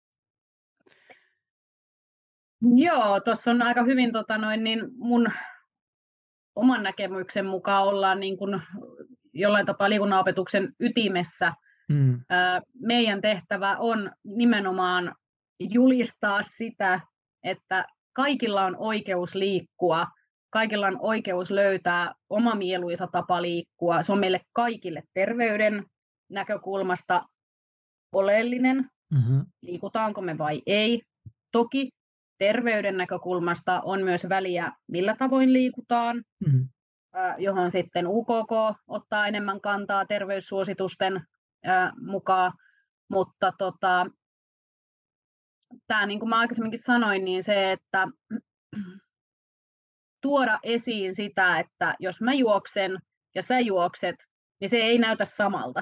Joo, tuossa on aika hyvin niin mun oman näkemyksen mukaan ollaan niin kuin jollain tapaa liikunnanopetuksen ytimessä. Meidän tehtävä on nimenomaan julistaa sitä, että kaikilla on oikeus liikkua, kaikilla on oikeus löytää oma mieluisa tapa liikkua. Se on meille kaikille terveyden näkökulmasta oleellinen, liikutaanko me vai ei. Toki terveyden näkökulmasta on myös väliä, millä tavoin liikutaan, johon sitten UKK ottaa enemmän kantaa terveyssuositusten mukaan. Mutta tämä, niin kuin mä aikaisemminkin sanoin, niin se, että tuoda esiin sitä, että jos mä juoksen ja sä juokset, niin se ei näytä samalta.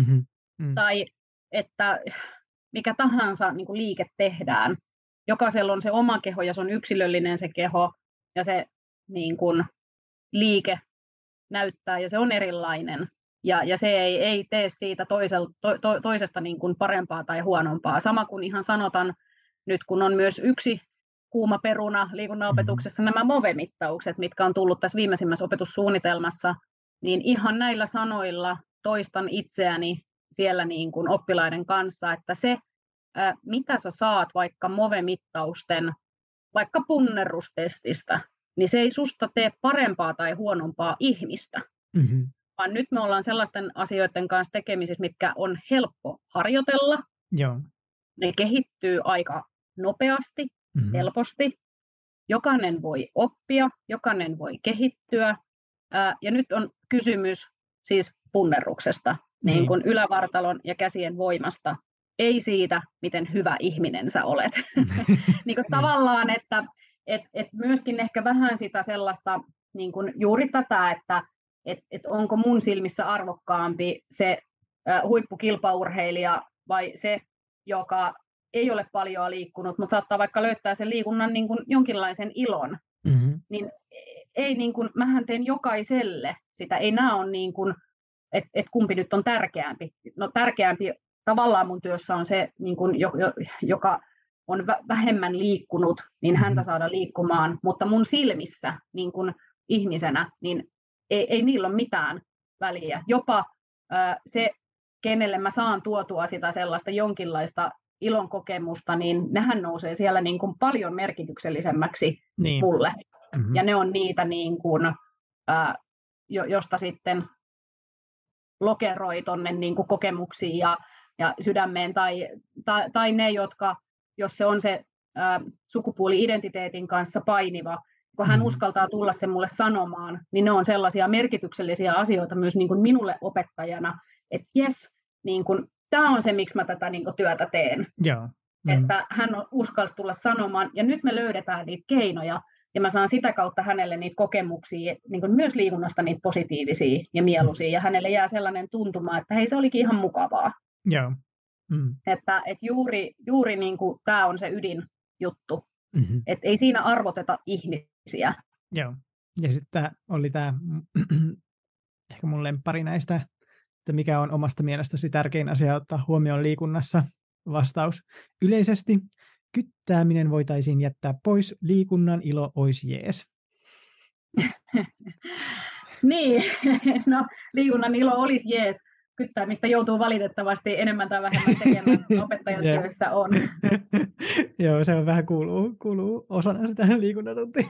Tai että mikä tahansa niin kuin liike tehdään. Jokaisella on se oma keho ja se on yksilöllinen se keho ja se niin kuin liike näyttää ja se on erilainen. Ja se ei tee siitä toisesta niin kuin parempaa tai huonompaa. Sama kuin ihan sanotaan nyt, kun on myös yksi kuuma peruna liikunnanopetuksessa nämä MOVE-mittaukset, mitkä on tullut tässä viimeisimmässä opetussuunnitelmassa, niin ihan näillä sanoilla toistan itseäni siellä niin kuin oppilaiden kanssa, että se, mitä sä saat vaikka MOVE-mittausten, vaikka punnerrustestistä, niin se ei susta tee parempaa tai huonompaa ihmistä, vaan nyt me ollaan sellaisten asioiden kanssa tekemisissä, mitkä on helppo harjoitella. Joo. Ne kehittyy aika nopeasti, helposti. Jokainen voi oppia, jokainen voi kehittyä. Ja nyt on kysymys siis punnerruksesta, niin kuin ylävartalon ja käsien voimasta. Ei siitä, miten hyvä ihminen sä olet. Niin kuin tavallaan, että myöskin ehkä vähän sitä sellaista, niin kuin juuri tätä, että onko mun silmissä arvokkaampi se huippukilpaurheilija vai se, joka ei ole paljon liikkunut, mutta saattaa vaikka löytää sen liikunnan niin kuin jonkinlaisen ilon. Niin ei niin kuin, mähän teen jokaiselle sitä. Ei nämä ole niin kuin, että kumpi nyt on tärkeämpi. No tärkeämpi tavallaan mun työssä on se, niin kuin, joka on vähemmän liikkunut, niin häntä saada liikkumaan. Mutta mun silmissä niin kuin ihmisenä, niin ei niillä ole mitään väliä. Jopa se, kenelle mä saan tuotua sitä sellaista jonkinlaista ilon kokemusta, niin nehän nousee siellä niin kuin paljon merkityksellisemmäksi mulle. Ja ne on niitä, niin kuin, josta sitten lokeroi tuonne niin kuin kokemuksiin ja sydämeen, tai ne, jotka, jos se on se sukupuoli-identiteetin kanssa painiva, kun hän uskaltaa tulla sen mulle sanomaan, niin ne on sellaisia merkityksellisiä asioita myös niin kuin minulle opettajana, että jes, niin kuin, tämä on se, miksi mä tätä niin kuin työtä teen. Joo. että hän uskalsi tulla sanomaan, ja nyt me löydetään niitä keinoja, ja mä saan sitä kautta hänelle niitä kokemuksia, niin kuin myös liikunnasta niitä positiivisia ja mieluisia, ja hänelle jää sellainen tuntuma, että hei, se olikin ihan mukavaa. Joo. Että juuri niin kuin tämä on se ydinjuttu, että ei siinä arvoteta ihmisiä. Joo, ja sitten oli tämä ehkä mun lemppari näistä, että mikä on omasta mielestäsi tärkein asia ottaa huomioon liikunnassa. Vastaus: yleisesti kyttääminen voitaisiin jättää pois, liikunnan ilo olisi jees. Niin, no liikunnan ilo olisi jees. Kyttäämistä joutuu valitettavasti enemmän tai vähemmän tekemään, opettajan työssä on. Joo, se on vähän kuuluu osana sitä liikuntatuntia.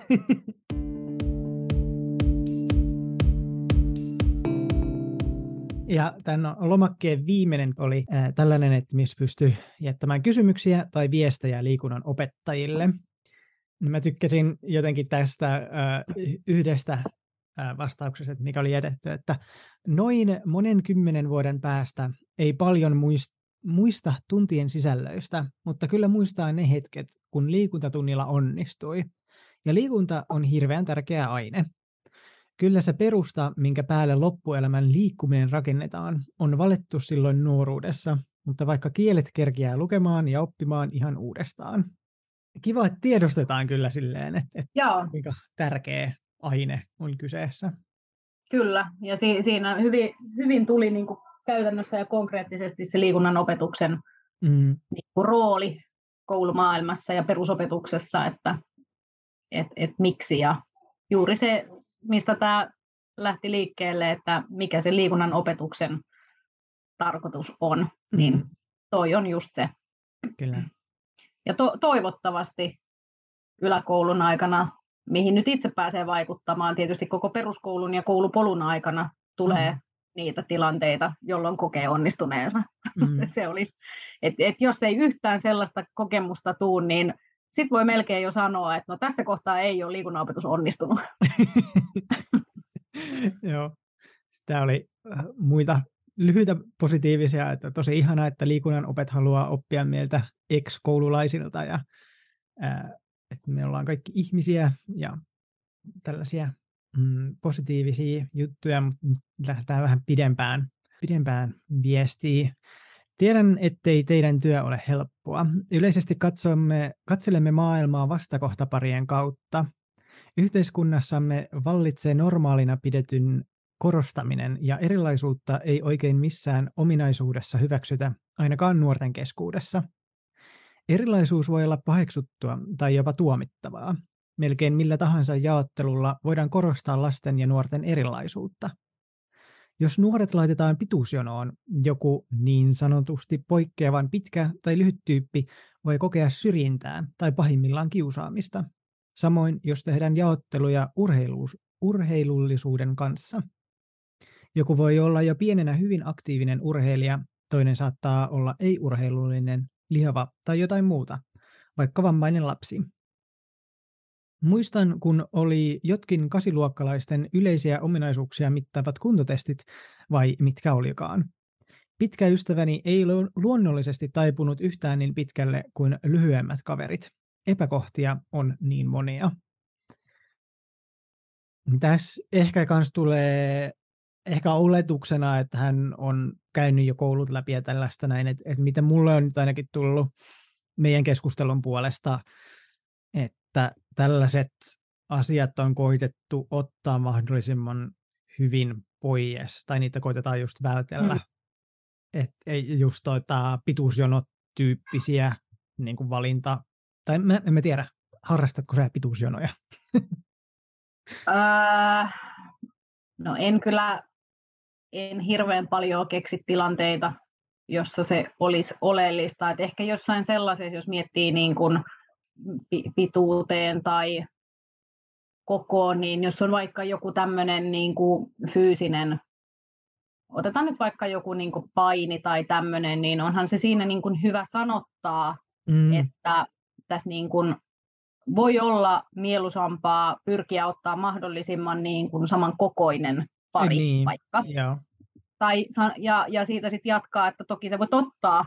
Ja tämän lomakkeen viimeinen oli tällainen, että missä pystyy jättämään kysymyksiä tai viestejä liikunnan opettajille. Mä tykkäsin jotenkin tästä yhdestä vastauksesta, mikä oli jätetty, että noin monen 10 vuoden päästä ei paljon muista tuntien sisällöistä, mutta kyllä muistaa ne hetket, kun liikuntatunnilla onnistui. Ja liikunta on hirveän tärkeä aine. Kyllä se perusta, minkä päälle loppuelämän liikkuminen rakennetaan, on valettu silloin nuoruudessa, mutta vaikka kielet kerkiää lukemaan ja oppimaan ihan uudestaan. Kiva, että tiedostetaan kyllä silleen, että kuinka tärkeä aine on kyseessä. Kyllä, ja siinä hyvin tuli niin kuin käytännössä ja konkreettisesti se liikunnan opetuksen niin kuin rooli koulumaailmassa ja perusopetuksessa, että miksi, ja juuri se, mistä tämä lähti liikkeelle, että mikä se liikunnan opetuksen tarkoitus on, niin toi on just se. Kyllä. Ja toivottavasti yläkoulun aikana, mihin nyt itse pääsee vaikuttamaan, tietysti koko peruskoulun ja koulupolun aikana tulee niitä tilanteita, jolloin kokee onnistuneensa. Se olisi, että jos ei yhtään sellaista kokemusta tule, niin sitten voi melkein jo sanoa, että no tässä kohtaa ei ole liikunnanopetus onnistunut. Joo. Sitä oli muita lyhyitä positiivisia, että tosi ihanaa, että liikunnan opet haluaa oppia meiltä ex-koululaisilta ja että me ollaan kaikki ihmisiä ja tällaisia positiivisia juttuja, mutta lähdetään vähän pidempään viestiin. Tiedän, ettei teidän työ ole helppoa. Yleisesti katselemme maailmaa vastakohtaparien kautta. Yhteiskunnassamme vallitsee normaalina pidetyn korostaminen ja erilaisuutta ei oikein missään ominaisuudessa hyväksytä, ainakaan nuorten keskuudessa. Erilaisuus voi olla paheksuttua tai jopa tuomittavaa. Melkein millä tahansa jaottelulla voidaan korostaa lasten ja nuorten erilaisuutta. Jos nuoret laitetaan pituusjonoon, joku niin sanotusti poikkeavan pitkä tai lyhyt tyyppi voi kokea syrjintää tai pahimmillaan kiusaamista. Samoin, jos tehdään jaotteluja urheilullisuuden kanssa. Joku voi olla jo pienenä hyvin aktiivinen urheilija, toinen saattaa olla ei-urheilullinen, lihava tai jotain muuta, vaikka vammainen lapsi. Muistan, kun oli jotkin 8-luokkalaisten yleisiä ominaisuuksia mittaavat kuntotestit, vai mitkä olikaan. Pitkä ystäväni ei luonnollisesti taipunut yhtään niin pitkälle kuin lyhyemmät kaverit. Epäkohtia on niin monia. Tässä ehkä kans tulee oletuksena, että hän on käynyt jo koulut läpi ja tällaista näin, että miten mulle on nyt ainakin tullut meidän keskustelun puolesta, että tällaiset asiat on koitettu ottaa mahdollisimman hyvin pois, tai niitä koitetaan just vältellä. Että ei just pituusjonotyyppisiä niin kuin valinta, tai en mä tiedä, harrastatko sä pituusjonoja? No en hirveän paljon keksi tilanteita, jossa se olisi oleellista. Et ehkä jossain sellaisessa, jos miettii niin kuin pituuteen tai kokoon, niin jos on vaikka joku tämmöinen niin kuin fyysinen, otetaan nyt vaikka joku niin kuin paini tai tämmöinen, niin onhan se siinä niin kuin hyvä sanottaa, että tässä niin kuin voi olla mieluisampaa pyrkiä ottaa mahdollisimman niin kuin saman kokoinen pari vaikka. Joo. Ja siitä sitten jatkaa, että toki sä voit ottaa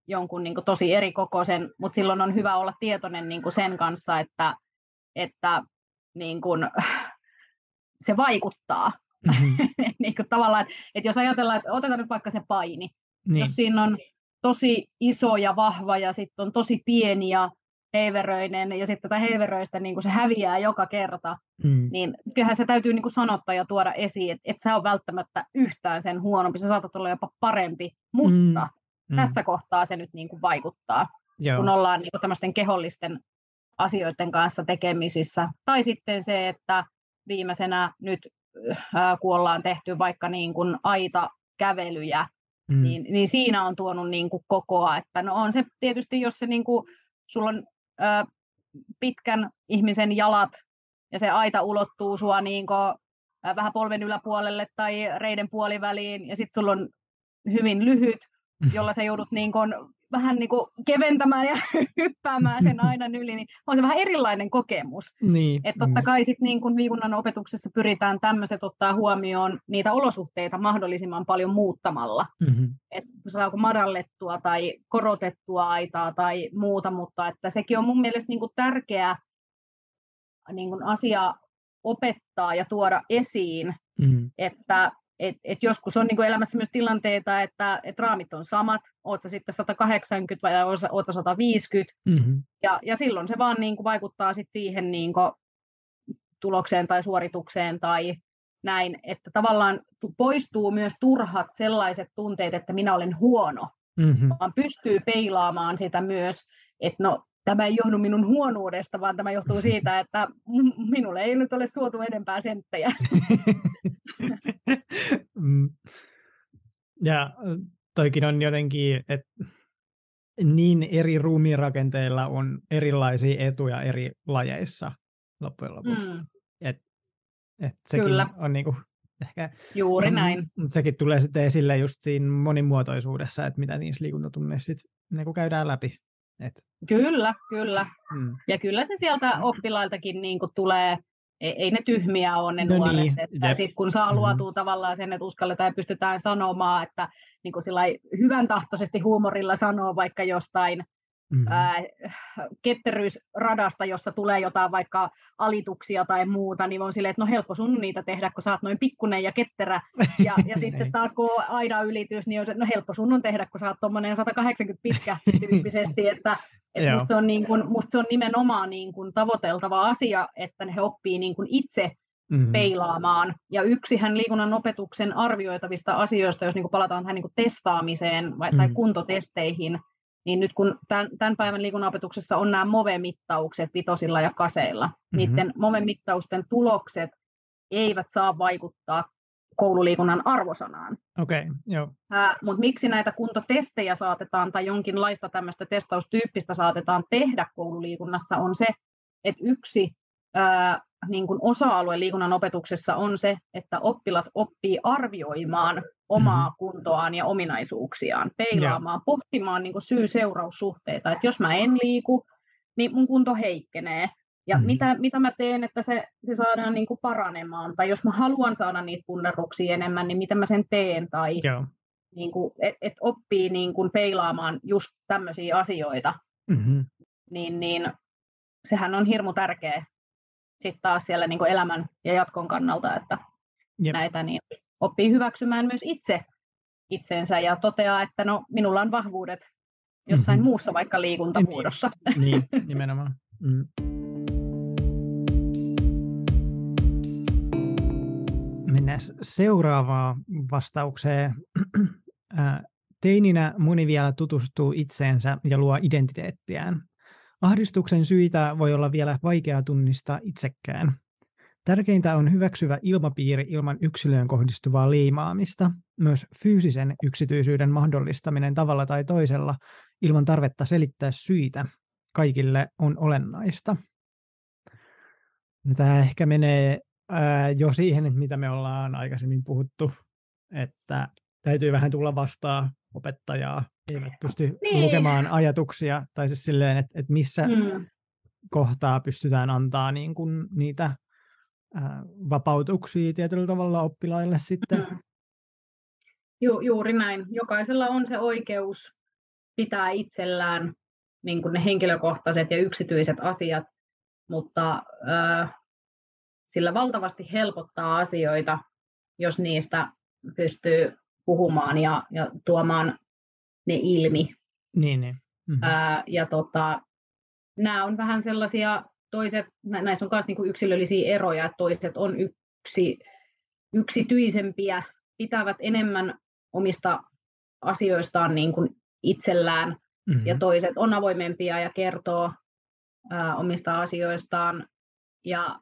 jonkun niin kuin tosi eri kokoisen, mutta silloin on hyvä olla tietoinen niin kuin sen kanssa, että niin kuin, se vaikuttaa. Mm-hmm. Niin kuin tavallaan, että jos ajatellaan, että otetaan nyt vaikka se paini, Niin. jos siinä on tosi iso ja vahva ja sitten on tosi pieni ja heiveröinen ja sitten tätä heiveröistä niin kuin se häviää joka kerta, niin kyllähän se täytyy niin kuin sanottaa ja tuoda esiin, että et sä ole välttämättä yhtään sen huonompi, sä saatat olla jopa parempi, mutta tässä kohtaa se nyt niin kuin vaikuttaa, kun ollaan niin kuin tämmöisten kehollisten asioiden kanssa tekemisissä. Tai sitten se, että viimeisenä nyt kun ollaan tehty vaikka niin kuin aitakävelyjä, niin siinä on tuonut niin kuin kokoa, että no on se tietysti, jos se niin kuin, sulla on pitkän ihmisen jalat ja se aita ulottuu sua niin kuin, vähän polven yläpuolelle tai reiden puoliväliin ja sitten sulla on hyvin lyhyt, jolla sä joudut niin kuin, vähän niin kuin keventämään ja hyppäämään sen aidan yli, niin on se vähän erilainen kokemus. Niin. Että totta kai sit niin kuin liikunnan opetuksessa pyritään tämmöiset ottaa huomioon niitä olosuhteita mahdollisimman paljon muuttamalla. Että saako madallettua tai korotettua aitaa tai muuta, mutta että sekin on mun mielestä niin kuin tärkeä niin kuin asia opettaa ja tuoda esiin, että joskus on niin kuin elämässä myös tilanteita, että raamit on samat, oot sä sitten 180 vai oot sä 150, ja silloin se vaan niin kuin vaikuttaa sit siihen niin kuin tulokseen tai suoritukseen tai näin, että tavallaan poistuu myös turhat sellaiset tunteet, että minä olen huono, vaan pystyy peilaamaan sitä myös, että no tämä ei johdu minun huonuudesta, vaan tämä johtuu siitä, että minulle ei nyt ole suotu enempää senttejä. Ja toikin on jotenkin, että niin eri ruumiinrakenteilla on erilaisia etuja eri lajeissa loppujen lopuksi. Et sekin Kyllä. on niinku ehkä... Juuri näin. Mutta sekin tulee sitten esille just siinä monimuotoisuudessa, että mitä niissä liikuntatunneissa sitten niinku käydään läpi. Kyllä. Ja kyllä se sieltä oppilailtakin niin kuin tulee, ei ne tyhmiä ole ne nuoret. Niin, että sit kun saa luotua tavallaan sen, että uskalletaan ja pystytään sanomaan, että niin kuin hyvän tahtoisesti huumorilla sanoo vaikka jostain ketteryysradasta, jossa tulee jotain vaikka alituksia tai muuta, niin on silleen, että no helppo sun niitä tehdä, kun sä oot noin pikkunen ja ketterä. Ja sitten taas kun on aidan ylitys, niin on se, no helppo sun on tehdä, kun sä oot tommonen 180 pitkä tyyppisesti, että musta se on nimenomaan niin kuin tavoiteltava asia, että he oppii niin kuin itse peilaamaan. Ja yksihän liikunnan opetuksen arvioitavista asioista, jos niin kuin palataan tähän niin kuin testaamiseen tai kuntotesteihin, niin nyt kun tämän päivän liikunnanopetuksessa on nämä MOVE-mittaukset vitosilla ja kaseilla, niiden MOVE-mittausten tulokset eivät saa vaikuttaa koululiikunnan arvosanaan. Okay, mutta miksi näitä kuntotestejä saatetaan tai jonkinlaista tämmöistä testaustyyppistä saatetaan tehdä koululiikunnassa on se, että yksi niin kuin osa-alue liikunnan opetuksessa on se, että oppilas oppii arvioimaan omaa kuntoaan ja ominaisuuksiaan, peilaamaan, pohtimaan niin kuin syy-seuraussuhteita, että jos mä en liiku, niin mun kunto heikkenee. Ja mitä mä teen, että se saadaan niin kuin paranemaan, tai jos mä haluan saada niitä punnerruksia enemmän, niin miten mä sen teen, tai niin kuin, et oppii niin kuin peilaamaan just tämmöisiä asioita, niin sehän on hirmu tärkeä sitten taas siellä niin kuin elämän ja jatkon kannalta, että näitä niin oppii hyväksymään myös itsensä ja toteaa, että no minulla on vahvuudet jossain muussa vaikka liikuntamuodossa. Niin, nimenomaan. Mennään seuraavaan vastaukseen. Teininä moni vielä tutustuu itseensä ja luo identiteettiään. Ahdistuksen syitä voi olla vielä vaikea tunnistaa itsekään. Tärkeintä on hyväksyvä ilmapiiri ilman yksilöön kohdistuvaa liimaamista. Myös fyysisen yksityisyyden mahdollistaminen tavalla tai toisella ilman tarvetta selittää syitä kaikille on olennaista. Tämä ehkä menee jo siihen, että mitä me ollaan aikaisemmin puhuttu, että täytyy vähän tulla vastaan opettajaa, eivät pysty lukemaan ajatuksia, tai siis silleen, että missä kohtaa pystytään antaa niin kuin niitä vapautuksia tietyllä tavalla oppilaille sitten. Juuri näin. Jokaisella on se oikeus pitää itsellään niin kuin ne henkilökohtaiset ja yksityiset asiat, mutta sillä valtavasti helpottaa asioita, jos niistä pystyy puhumaan ja tuomaan ne ilmi. Niin. Mm-hmm. Nämä on vähän sellaisia, näissä on myös niinku yksilöllisiä eroja, että toiset on yksityisempiä, pitävät enemmän omista asioistaan niin kuin itsellään, ja toiset on avoimempia ja kertoo omista asioistaan, ja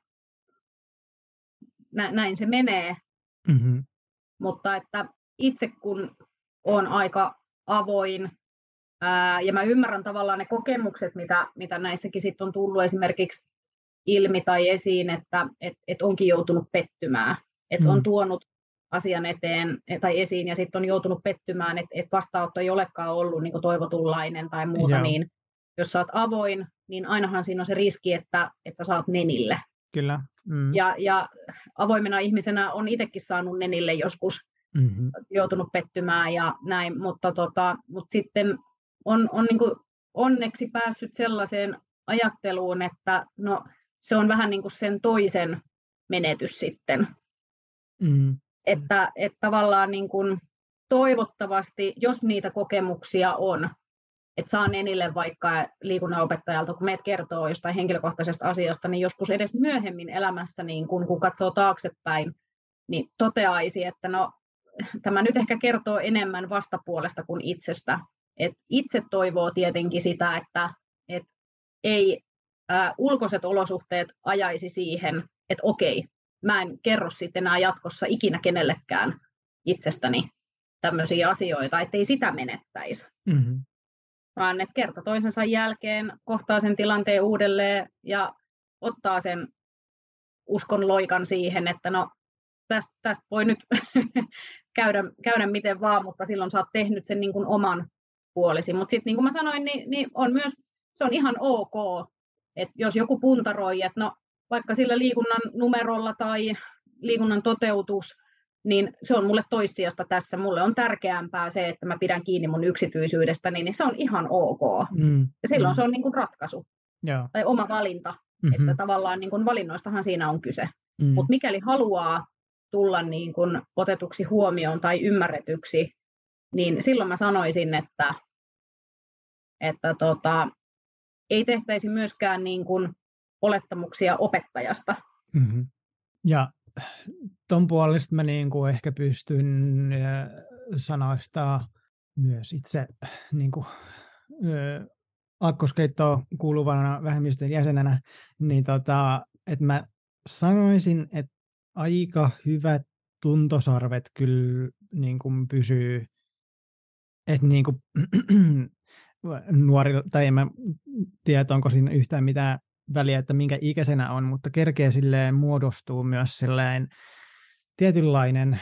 näin se menee. Mm-hmm. Mutta että itse kun olen aika avoin, ja mä ymmärrän tavallaan ne kokemukset, mitä näissäkin sit on tullut esimerkiksi ilmi tai esiin, että onkin joutunut pettymään, että on tuonut asian eteen tai esiin ja sitten on joutunut pettymään, että vastaanotto ei olekaan ollut niin kuin toivotunlainen tai muuta, Joo. niin jos sä oot avoin, niin ainahan siinä on se riski, että sä saat nenille. Kyllä. Mm. Ja avoimena ihmisenä on itsekin saanut nenille joskus, joutunut pettymään ja näin, mutta sitten on niin kuin onneksi päässyt sellaiseen ajatteluun, että no, se on vähän niin kuin sen toisen menetys sitten. Että tavallaan niin kuin toivottavasti, jos niitä kokemuksia on, että saa nenille vaikka liikunnanopettajalta, kun meidät kertoo jostain henkilökohtaisesta asiasta, niin joskus edes myöhemmin elämässä, niin kun katsoo taaksepäin, niin toteaisi, että no, tämä nyt ehkä kertoo enemmän vastapuolesta kuin itsestä. Et itse toivoo tietenkin sitä, että ei ulkoiset olosuhteet ajaisi siihen, että okei, mä en kerro sitten enää jatkossa ikinä kenellekään itsestäni tämmöisiä asioita, ettei sitä menettäisi. Vaan että kerta toisensa jälkeen kohtaa sen tilanteen uudelleen ja ottaa sen uskon loikan siihen, että no tästä voi nyt käydä miten vaan, mutta silloin sä oot tehnyt sen niin kuin oman puolesi. Mutta sitten niin kuin mä sanoin, niin on myös, se on ihan ok, että jos joku puntaroi, että no vaikka sillä liikunnan numerolla tai liikunnan toteutus, niin se on mulle toissijasta tässä. Mulle on tärkeämpää se, että mä pidän kiinni mun yksityisyydestäni, niin se on ihan ok. Ja silloin se on niin kuin ratkaisu tai oma valinta. Että tavallaan niin kuin valinnoistahan siinä on kyse. Mutta mikäli haluaa tulla niin kuin otetuksi huomioon tai ymmärretyksi, niin silloin mä sanoisin, että ei tehtäisi myöskään niin kuin olettamuksia opettajasta. Ja ton puolesta mä niin kuin ehkä pystyn sanoistaa myös itse niin kuin, aakkoskeittoon kuuluvana vähemmistön jäsenenä, niin että mä sanoisin, että aika hyvät tuntosarvet kyllä niin kuin pysyy, että niin kuin nuorilla, tai en mä tiedä, onko siinä yhtään mitään väliä, että minkä ikäisenä on, mutta kerkeä silleen muodostuu myös sellainen tietynlainen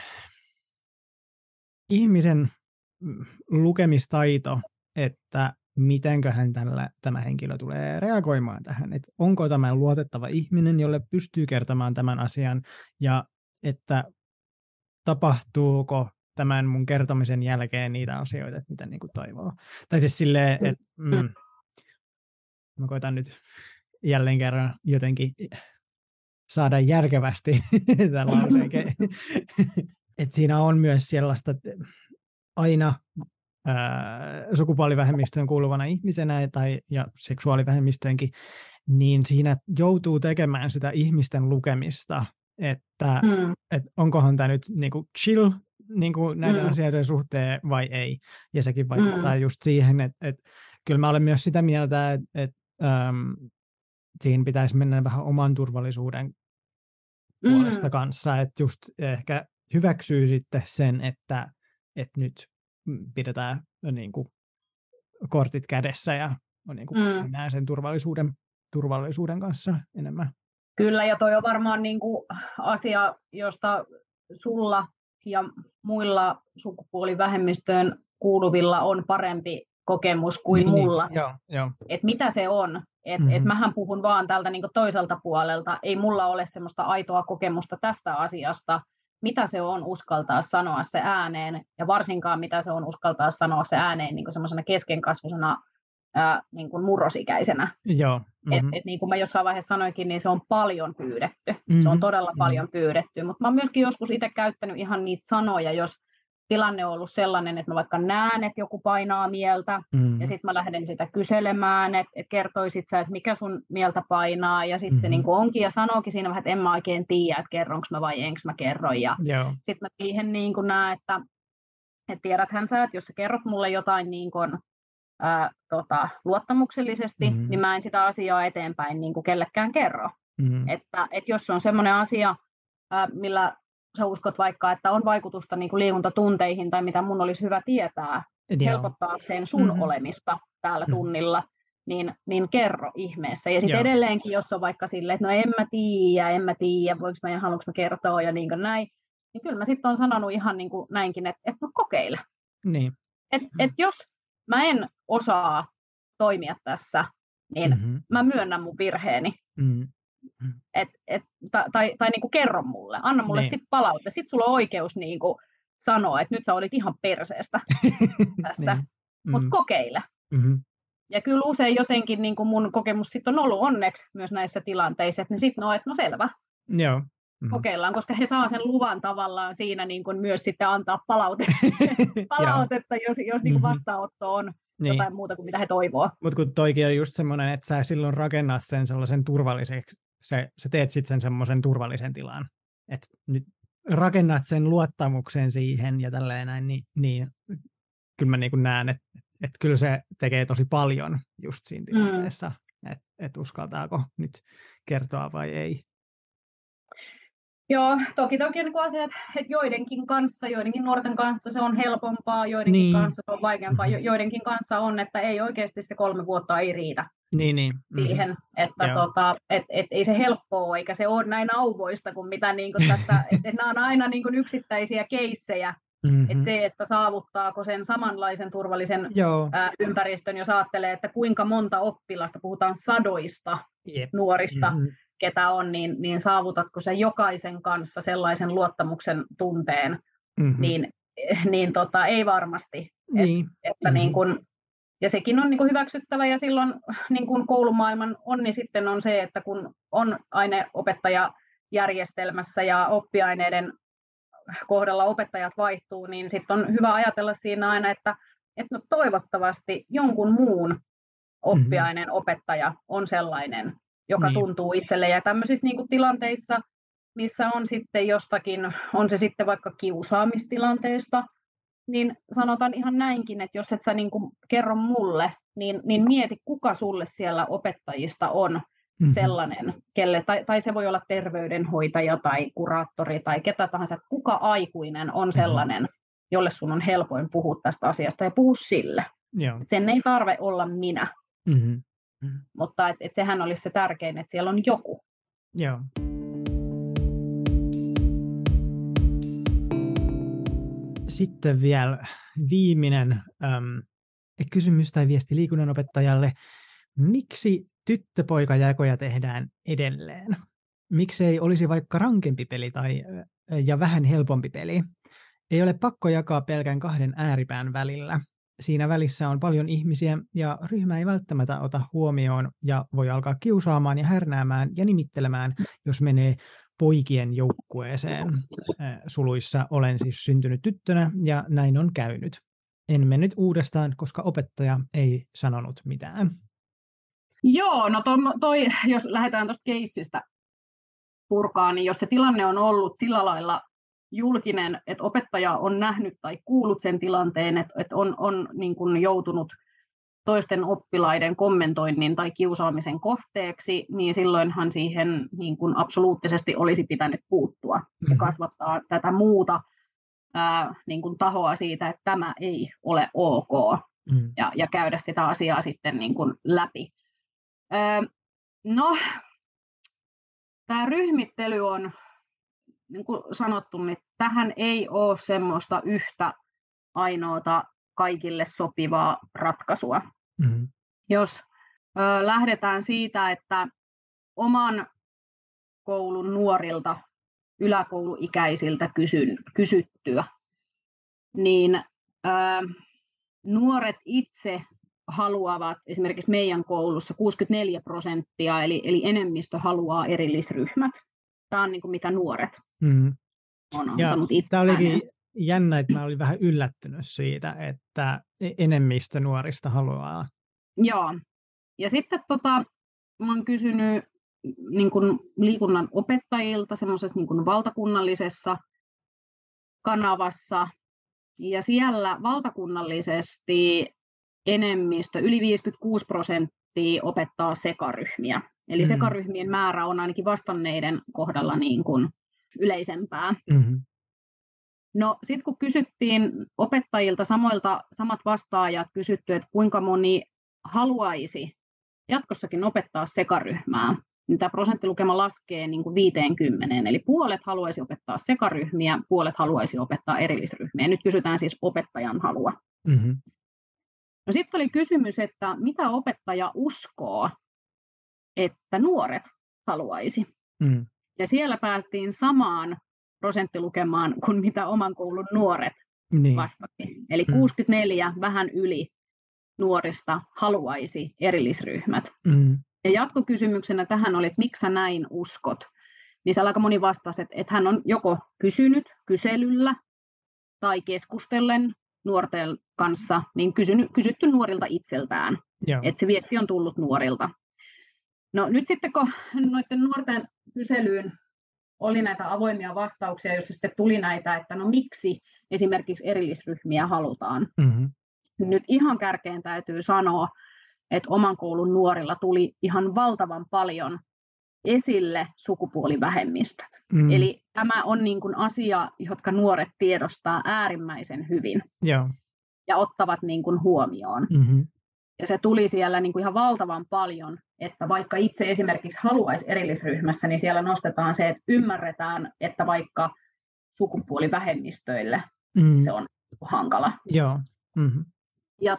ihmisen lukemistaito, että mitenköhän tämä henkilö tulee reagoimaan tähän, että onko tämä luotettava ihminen, jolle pystyy kertomaan tämän asian, ja että tapahtuuko tämän mun kertomisen jälkeen niitä asioita, mitä niin kuin toivoo. Tai siis silleen, että mä koitan nyt jälleen kerran jotenkin saada järkevästi tämän lauseen. Että siinä on myös sellaista, että aina sukupuolivähemmistöön kuuluvana ihmisenä ja seksuaalivähemmistöönkin, niin siinä joutuu tekemään sitä ihmisten lukemista, että onkohan tämä nyt niinku chill niinku näiden asioiden suhteen vai ei. Ja sekin vaikuttaa just siihen, että kyllä mä olen myös sitä mieltä, että siinä pitäisi mennä vähän oman turvallisuuden puolesta kanssa, että just ehkä hyväksyy sitten sen, että nyt pidetään niin kuin kortit kädessä ja niin kuin mennään sen turvallisuuden kanssa enemmän. Kyllä, ja toi on varmaan niin kuin asia, josta sulla ja muilla sukupuolivähemmistöön kuuluvilla on parempi kokemus kuin mulla. Joo. Et mitä se on? Et mähän puhun vaan tältä niin kuin toiselta puolelta. Ei mulla ole semmoista aitoa kokemusta tästä asiasta. mitä se on uskaltaa sanoa se ääneen, ja varsinkaan mitä se on uskaltaa sanoa se ääneen niin kuin semmoisena keskenkasvuisena niin kuin murrosikäisenä. Joo. Mm-hmm. Et niin kuin mä jossain vaiheessa sanoinkin, niin se on paljon pyydetty. Mm-hmm. Se on todella paljon pyydetty, mutta mä oon myöskin joskus itse käyttänyt ihan niitä sanoja, jos tilanne on ollut sellainen, että mä vaikka näen, että joku painaa mieltä, ja sitten mä lähden sitä kyselemään, että kertoisit sä, että mikä sun mieltä painaa, ja sitten se niin kuin onkin, ja sanookin siinä vähän, että en mä oikein tiedä, että kerronko mä vai enkö mä kerron, ja sitten mä siihen niin kuin näen, että tiedäthän sä, että jos sä kerrot mulle jotain niin kuin, luottamuksellisesti, niin mä en sitä asiaa eteenpäin niin kuin kellekään kerro. Että jos on semmoinen asia, millä sä uskot vaikka, että on vaikutusta niin kuin liikuntatunteihin tai mitä mun olisi hyvä tietää helpottaakseen sun olemista täällä tunnilla, niin kerro ihmeessä. Ja sitten edelleenkin, jos on vaikka silleen, että no en mä tiedä, voinko mä ja haluanko mä kertoa ja niin kuin näin, niin kyllä mä sitten olen sanonut ihan niin kuin näinkin, että no kokeile. Niin. Et jos mä en osaa toimia tässä, niin mä myönnän mun virheeni. Tai niin kuin kerro mulle, anna mulle sitten palaute. Sitten sulla on oikeus niin kuin sanoa, että nyt sä olit ihan perseestä tässä, mutta kokeile. Ja kyllä usein jotenkin niin kuin mun kokemus sit on ollut onneksi myös näissä tilanteissa, että ne sitten on, että no selvä, kokeillaan, koska he saa sen luvan tavallaan siinä niin kuin myös sitten antaa palautetta, jos niin kuin vastaanotto on jotain muuta kuin mitä he toivoo. Mutta kun toikin on just semmoinen, että sä silloin rakennat sen sellaisen turvalliseksi, sä teet sitten sen semmoisen turvallisen tilan, että nyt rakennat sen luottamuksen siihen ja tälleen näin, niin kyllä mä niin kuin näen, että kyllä se tekee tosi paljon just siinä tilanteessa, että uskaltaako nyt kertoa vai ei. Joo, toki on niin asiat, että joidenkin nuorten kanssa se on helpompaa, joidenkin kanssa se on vaikeampaa, joidenkin kanssa on, että ei oikeasti se 3 vuotta ei riitä siihen, että et ei se helppoa eikä se ole näin auvoista kuin mitä niin kuin tässä, että nämä on aina niin kuin yksittäisiä keissejä, että se, että saavuttaako sen samanlaisen turvallisen ympäristön, jos ajattelee, että kuinka monta oppilasta, puhutaan sadoista nuorista, ketä on, niin saavutatko sä jokaisen kanssa sellaisen luottamuksen tunteen, niin ei varmasti. Että niin kun, ja sekin on niin kun hyväksyttävä, ja silloin niin kun koulumaailman onni sitten on se, että kun on aineopettajajärjestelmässä ja oppiaineiden kohdalla opettajat vaihtuu, niin sitten on hyvä ajatella siinä aina, että no toivottavasti jonkun muun oppiaineen opettaja on sellainen, joka tuntuu itselle. Ja tämmöisissä niin kuin tilanteissa, missä on sitten jostakin, on se sitten vaikka kiusaamistilanteesta, niin sanotaan ihan näinkin, että jos et sä niin kuin kerro mulle, niin mieti, kuka sulle siellä opettajista on sellainen, kelle, tai se voi olla terveydenhoitaja tai kuraattori tai ketä tahansa, kuka aikuinen on sellainen, jolle sun on helpoin puhua tästä asiasta ja puhu sille. Sen ei tarve olla minä. Mutta sehän olisi se tärkein, että siellä on joku. Joo. Sitten vielä viimeinen kysymys tai viesti liikunnanopettajalle. Miksi tyttö-poika-jakoja tehdään edelleen? Miksei olisi vaikka rankempi peli ja vähän helpompi peli? Ei ole pakko jakaa pelkän 2 ääripään välillä. Siinä välissä on paljon ihmisiä ja ryhmä ei välttämättä ota huomioon ja voi alkaa kiusaamaan ja härnäämään ja nimittelemään, jos menee poikien joukkueeseen. Suluissa olen siis syntynyt tyttönä ja näin on käynyt. En mennyt uudestaan, koska opettaja ei sanonut mitään. Joo, no toi jos lähdetään tuosta keissistä purkaan, niin jos se tilanne on ollut sillä lailla julkinen, että opettaja on nähnyt tai kuullut sen tilanteen, että on niin kuin joutunut toisten oppilaiden kommentoinnin tai kiusaamisen kohteeksi, niin silloinhan siihen niin kuin absoluuttisesti olisi pitänyt puuttua ja kasvattaa tätä muuta niin kuin tahoa siitä, että tämä ei ole ok, ja käydä sitä asiaa sitten niin kuin läpi. No, tämä ryhmittely on, niin kuin sanottu, niin tähän ei ole semmoista yhtä ainoata kaikille sopivaa ratkaisua. Jos lähdetään siitä, että oman koulun nuorilta yläkouluikäisiltä kysyttyä, niin nuoret itse haluavat, esimerkiksi meidän koulussa 64%, eli enemmistö haluaa erillisryhmät. Tämä on niin kuin mitä nuoret on antanut itse. Tämä olikin jännä, että mä olin vähän yllättynyt siitä, että enemmistö nuorista haluaa. Joo, ja sitten mä oon kysynyt niin kuin liikunnan opettajilta semmoisessa niin kuin valtakunnallisessa kanavassa, ja siellä valtakunnallisesti enemmistö, yli 56% opettaa sekaryhmiä. Eli sekaryhmien määrä on ainakin vastanneiden kohdalla niin kuin yleisempää. No sitten kun kysyttiin opettajilta samat vastaajat kysytty, että kuinka moni haluaisi jatkossakin opettaa sekaryhmää, niin tämä prosenttilukema laskee niin kuin 50, eli puolet haluaisi opettaa sekaryhmiä, puolet haluaisi opettaa erillisryhmiä. Nyt kysytään siis opettajan halua. No sitten oli kysymys, että mitä opettaja uskoo, että nuoret haluaisi. Ja siellä päästiin samaan prosenttilukemaan kuin mitä oman koulun nuoret vastasi. Eli 64, vähän yli nuorista haluaisi erillisryhmät. Ja jatkokysymyksenä tähän oli, että miksi sä näin uskot? Niin siellä aika moni vastasi, että hän on joko kysynyt kyselyllä tai keskustellen nuorten kanssa, niin kysytty nuorilta itseltään. Että se viesti on tullut nuorilta. No nyt sitten kun noiden nuorten kyselyyn oli näitä avoimia vastauksia, joissa sitten tuli näitä, että no miksi esimerkiksi erillisryhmiä halutaan. Nyt ihan kärkeen täytyy sanoa, että oman koulun nuorilla tuli ihan valtavan paljon esille sukupuolivähemmistöt. Eli tämä on niin kuin asia, jotka nuoret tiedostaa äärimmäisen hyvin ja ottavat niin kuin huomioon. Ja se tuli siellä niin kuin ihan valtavan paljon, että vaikka itse esimerkiksi haluaisi erillisryhmässä, niin siellä nostetaan se, että ymmärretään, että vaikka sukupuolivähemmistöille se on hankala. Ja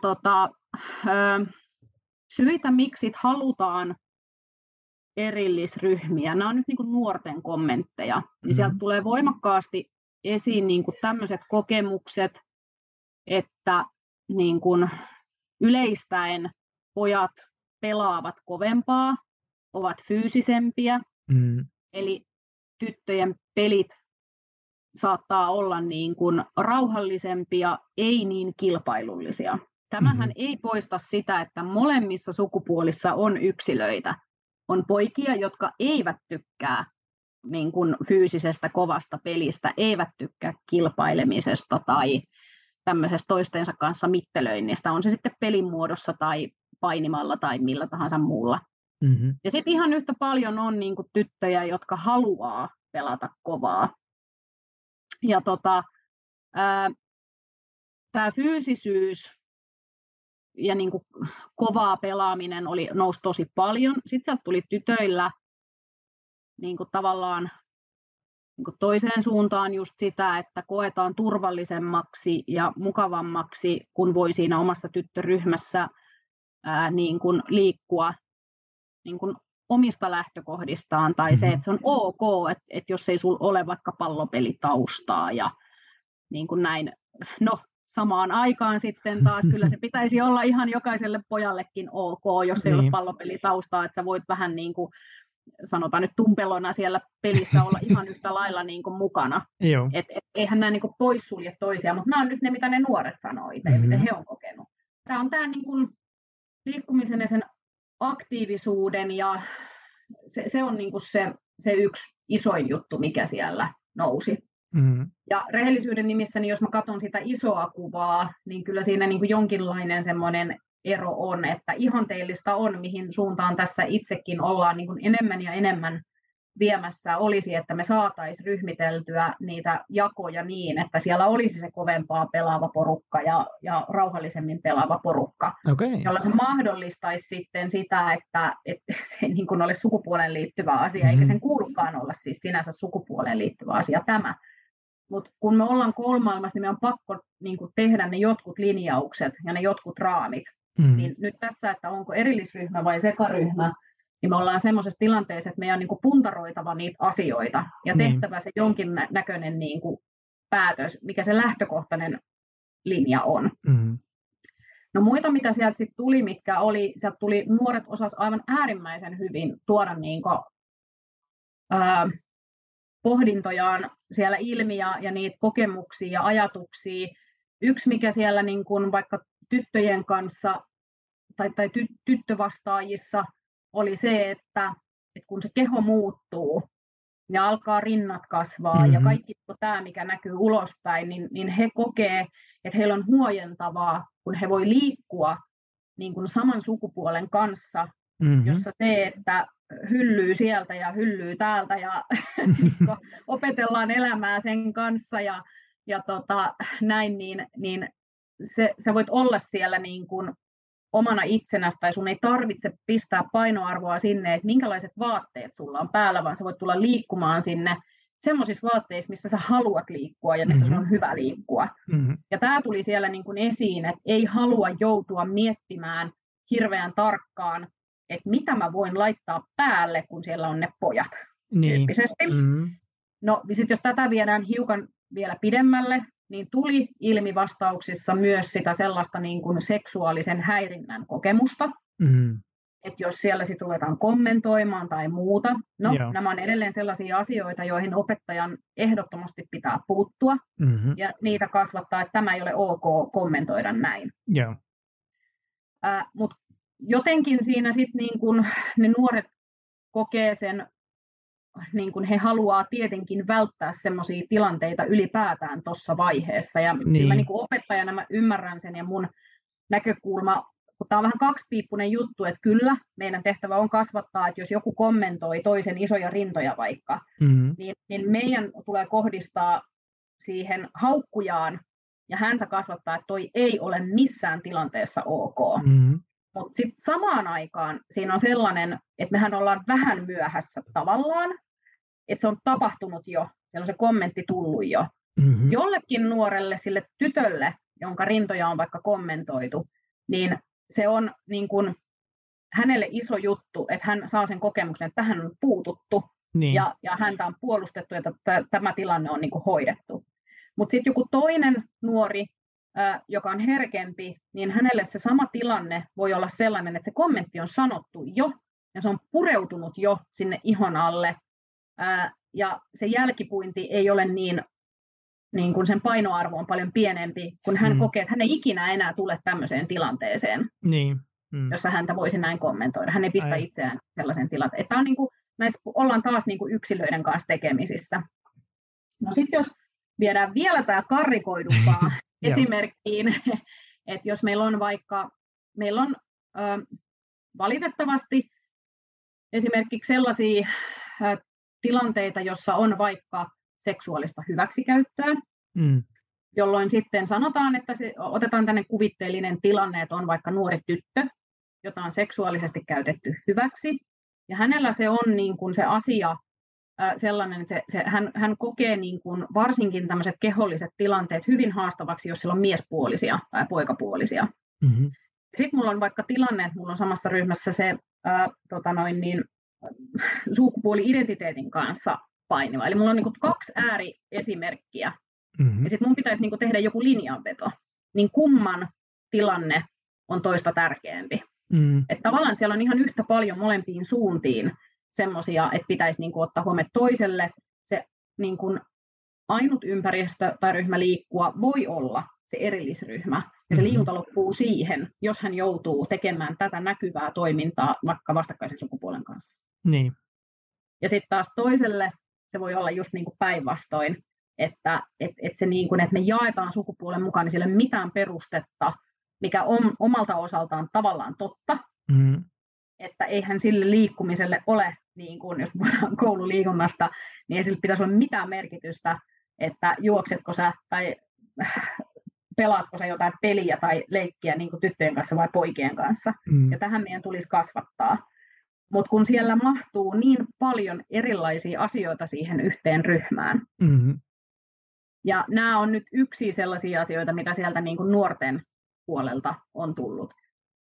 syitä, miksi halutaan erillisryhmiä, nämä on nyt niin kuin nuorten kommentteja, niin sieltä tulee voimakkaasti esiin niin kuin tämmöiset kokemukset, että niin kuin yleistäen pojat pelaavat kovempaa, ovat fyysisempiä, eli tyttöjen pelit saattaa olla niin kuin rauhallisempia, ei niin kilpailullisia. Tämähän ei poista sitä, että molemmissa sukupuolissa on yksilöitä. On poikia, jotka eivät tykkää niin kuin fyysisestä kovasta pelistä, eivät tykkää kilpailemisesta tai tämmöisestä toistensa kanssa mittelöinnistä, on se sitten pelin muodossa tai painimalla tai millä tahansa muulla. Ja sitten ihan yhtä paljon on niin kuin tyttöjä, jotka haluaa pelata kovaa. Ja tämä fyysisyys ja niin kuin kovaa pelaaminen nousi tosi paljon. Sitten sieltä tuli tytöillä niin kuin tavallaan niin kuin toiseen suuntaan just sitä, että koetaan turvallisemmaksi ja mukavammaksi, kun voi siinä omassa tyttöryhmässä niin kuin liikkua niin kuin omista lähtökohdistaan, tai se, että se on ok, että jos ei sulla ole vaikka pallopelitaustaa ja niin kuin näin. No, samaan aikaan sitten taas kyllä se pitäisi olla ihan jokaiselle pojallekin ok, jos ei ole pallopelitaustaa, että sä voit vähän niin kuin, sanotaan nyt tumpelona siellä pelissä olla ihan yhtä lailla niin kuin mukana. Et eihän nämä niin kuin poissulje toisiaan, mutta nämä on nyt ne, mitä ne nuoret sanoo itse ja miten he on kokenut. Tämä on tämä niin kuin liikkumisen ja sen aktiivisuuden ja se on niin kuin se yksi isoin juttu, mikä siellä nousi. Ja rehellisyyden nimissä, niin jos mä katson sitä isoa kuvaa, niin kyllä siinä niin kuin jonkinlainen semmoinen ero on, että ihanteellista on, mihin suuntaan tässä itsekin ollaan niin kuin enemmän ja enemmän viemässä olisi, että me saataisiin ryhmiteltyä niitä jakoja niin, että siellä olisi se kovempaa pelaava porukka ja rauhallisemmin pelaava porukka, jolla se mahdollistaisi sitten sitä, että se ei niin kuin ole sukupuoleen liittyvä asia, eikä sen kuulukaan olla siis sinänsä sukupuoleen liittyvä asia tämä. Mutta kun me ollaan koulumaailmassa, niin meidän on pakko niin kuin tehdä ne jotkut linjaukset ja ne jotkut raamit. Niin nyt tässä, että onko erillisryhmä vai sekaryhmä, niin me ollaan semmoisessa tilanteessa, että meidän on niin kuin puntaroitava niitä asioita ja tehtävä se jonkin näköinen niin kuin päätös, mikä se lähtökohtainen linja on. Mm. No muita, mitä sieltä sitten tuli, sieltä tuli nuoret osas aivan äärimmäisen hyvin tuoda niin kuin, pohdintojaan siellä ilmi ja niitä kokemuksia ja ajatuksia. Yksi, mikä siellä niin kuin vaikka tyttöjen kanssa tai tyttövastaajissa oli se, että kun se keho muuttuu ja alkaa rinnat kasvaa ja kaikki tämä, mikä näkyy ulospäin, niin he kokee, että heillä on huojentavaa, kun he voi liikkua niin kuin saman sukupuolen kanssa, jossa se, että hyllyy sieltä ja hyllyy täältä ja opetellaan elämää sen kanssa ja näin, niin sä voit olla siellä niin kuin omana itsenäsi tai sun ei tarvitse pistää painoarvoa sinne, että minkälaiset vaatteet sulla on päällä, vaan sä voit tulla liikkumaan sinne semmoisissa vaatteissa, missä sä haluat liikkua ja missä sun on hyvä liikkua. Ja tämä tuli siellä niin kuin esiin, että ei halua joutua miettimään hirveän tarkkaan, että mitä mä voin laittaa päälle, kun siellä on ne pojat. Niin. No, sit jos tätä viedään hiukan vielä pidemmälle, niin tuli ilmi vastauksissa myös sitä sellaista niin kuin seksuaalisen häirinnän kokemusta. Että jos siellä sitten ruvetaan kommentoimaan tai muuta. No, nämä on edelleen sellaisia asioita, joihin opettajan ehdottomasti pitää puuttua ja niitä kasvattaa, että tämä ei ole ok kommentoida näin. Mutta jotenkin siinä sitten niin kun ne nuoret kokee sen, niin kun he haluaa tietenkin välttää semmoisia tilanteita ylipäätään tuossa vaiheessa. Ja mä niin kun opettajana mä ymmärrän sen ja mun näkökulma, kun tämä on vähän kaksipiippunen juttu, että kyllä meidän tehtävä on kasvattaa, että jos joku kommentoi toisen isoja rintoja vaikka, niin meidän tulee kohdistaa siihen haukkujaan ja häntä kasvattaa, että toi ei ole missään tilanteessa ok. Mutta sitten samaan aikaan siinä on sellainen, että mehän ollaan vähän myöhässä tavallaan, että se on tapahtunut jo, siellä on se kommentti tullut jo. Jollekin nuorelle, sille tytölle, jonka rintoja on vaikka kommentoitu, niin se on niin kun hänelle iso juttu, että hän saa sen kokemuksen, että tähän on puututtu ja häntä on puolustettu ja tämä tilanne on niin kun hoidettu. Mutta sitten joku toinen nuori, joka on herkempi, niin hänelle se sama tilanne voi olla sellainen, että se kommentti on sanottu jo ja se on pureutunut jo sinne ihon alle ja se jälkipuinti ei ole niin kuin sen painoarvo on paljon pienempi, kun hän kokee, että hän ei ikinä enää tule tämmöiseen tilanteeseen, jossa häntä voisi näin kommentoida. Hän ei pistä itseään sellaisen tilanteen. Että on niin kuin, näissä ollaan taas niin kuin yksilöiden kanssa tekemisissä. No sitten jos viedään vielä tämä karrikoidumpaa esimerkkiin, että jos meillä on valitettavasti esimerkiksi sellaisia tilanteita, jossa on vaikka seksuaalista hyväksikäyttöä, jolloin sitten sanotaan, että otetaan tänne kuvitteellinen tilanne, että on vaikka nuori tyttö, jota on seksuaalisesti käytetty hyväksi, ja hänellä se on niin kuin se asia sellainen, että hän kokee niin kuin varsinkin tämmöiset keholliset tilanteet hyvin haastavaksi, jos sillä on miespuolisia tai poikapuolisia. Sitten mulla on vaikka tilanne, että mulla on samassa ryhmässä se sukupuoli-identiteetin kanssa painiva. Eli mulla on niin kuin 2 ääriesimerkkiä. Ja sitten mun pitäisi niin kuin tehdä joku linjanveto. Niin kumman tilanne on toista tärkeämpi. Että tavallaan siellä on ihan yhtä paljon molempiin suuntiin semmoisia, että pitäisi niin kuin ottaa huomioon toiselle. Se niin kuin ainut ympäristö tai ryhmä liikkua voi olla se erillisryhmä. Ja se liikunta loppuu siihen, jos hän joutuu tekemään tätä näkyvää toimintaa vaikka vastakkaisen sukupuolen kanssa. Niin. Ja sitten taas toiselle se voi olla just niin kuin päinvastoin, että se niin kuin, että me jaetaan sukupuolen mukaan, niin sille mitään perustetta, mikä on omalta osaltaan tavallaan totta, että eihän sille liikkumiselle ole, niin kuin, jos puhutaan koululiikunnasta, niin ei sille pitäisi olla mitään merkitystä, että juoksetko sä tai pelaatko sä jotain peliä tai leikkiä niin kuin tyttöjen kanssa vai poikien kanssa. Ja tähän meidän tulisi kasvattaa. Mutta kun siellä mahtuu niin paljon erilaisia asioita siihen yhteen ryhmään. Ja nämä on nyt yksi sellaisia asioita, mitä sieltä niin kuin nuorten puolelta on tullut.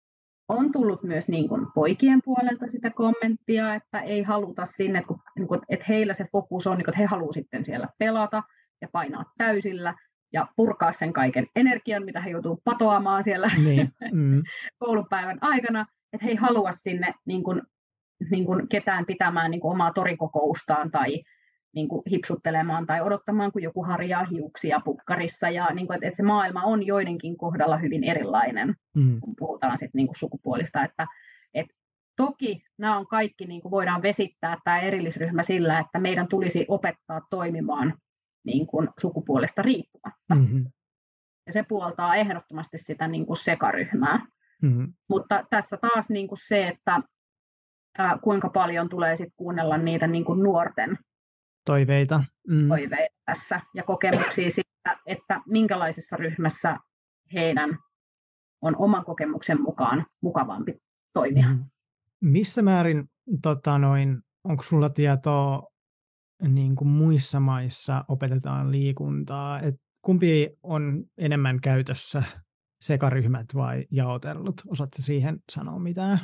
On tullut myös niin kuin poikien puolelta sitä kommenttia, että ei haluta sinne, että heillä se fokus on, että he haluavat sitten siellä pelata ja painaa täysillä ja purkaa sen kaiken energian, mitä he joutuu patoamaan siellä niin. koulupäivän aikana, että he ei halua sinne niin kuin ketään pitämään niin kuin omaa torikokoustaan tai niin kuin hipsuttelemaan tai odottamaan, kun joku harjaa hiuksia pukkarissa. Ja niin kuin, että se maailma on joidenkin kohdalla hyvin erilainen, kun puhutaan sit niin kuin sukupuolista. Että toki nämä on kaikki, niin kuin voidaan vesittää tämä erillisryhmä sillä, että meidän tulisi opettaa toimimaan niin kuin sukupuolesta riippumatta. Mm-hmm. Ja se puoltaa ehdottomasti sitä niin kuin sekaryhmää. Mm-hmm. Mutta tässä taas niin kuin se, että kuinka paljon tulee sit kuunnella niitä niin kuin nuorten toiveita tässä ja kokemuksia siitä, että minkälaisessa ryhmässä heidän on oman kokemuksen mukaan mukavampi toimia. Missä määrin, onko sulla tietoa, niin kuin muissa maissa opetetaan liikuntaa? Et kumpi on enemmän käytössä, sekaryhmät vai jaotellut? Osaatko siihen sanoa mitään?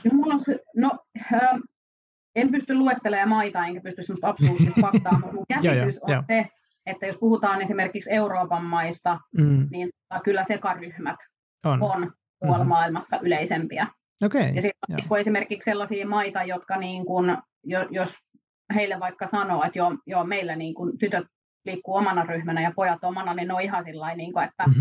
En pysty luettelemaan maita, enkä pysty semmoista absoluuttista faktaa, mutta mun käsitys on se, että jos puhutaan esimerkiksi Euroopan maista, niin kyllä sekaryhmät on tuolla maailmassa yleisempiä. Okay, ja sitten on esimerkiksi sellaisia maita, jotka niin kun, jos heille vaikka sanoo, että joo, meillä niin kun tytöt liikkuu omana ryhmänä ja pojat omana, niin ne on ihan sillain, niin kun, että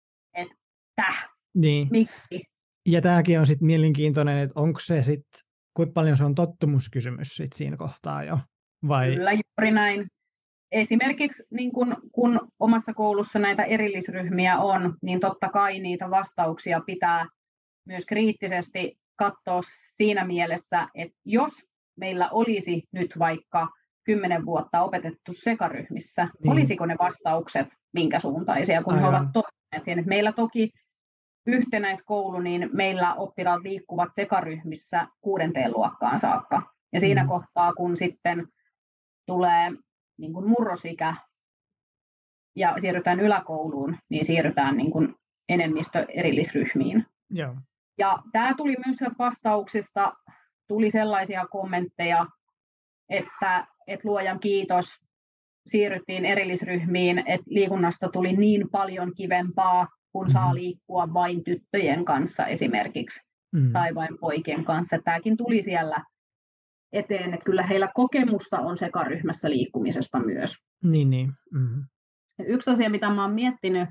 niin. Miksi? Ja tämäkin on sitten mielenkiintoinen, että onko se sitten, kuinka paljon se on tottumuskysymys sit siinä kohtaa jo? Vai? Kyllä, juuri näin. Esimerkiksi niin kun omassa koulussa näitä erillisryhmiä on, niin totta kai niitä vastauksia pitää myös kriittisesti katsoa siinä mielessä, että jos meillä olisi nyt vaikka 10 vuotta opetettu sekaryhmissä, olisiko ne vastaukset minkä suuntaisia, kun he ovat toimineet siihen. Meillä toki yhtenäiskoulu, niin meillä oppilaat liikkuvat sekaryhmissä 6. luokkaan saakka. Ja siinä kohtaa, kun sitten tulee niin kuin murrosikä ja siirrytään yläkouluun, niin siirrytään niin kuin enemmistö erillisryhmiin. Joo. Ja tämä tuli myös vastauksista, tuli sellaisia kommentteja, että luojan kiitos, siirryttiin erillisryhmiin, että liikunnasta tuli niin paljon kivempaa, kun saa liikkua vain tyttöjen kanssa esimerkiksi, tai vain poikien kanssa. Tämäkin tuli siellä eteen, että kyllä heillä kokemusta on sekaryhmässä liikkumisesta myös. Niin. Mm-hmm. Yksi asia, mitä mä oon miettinyt,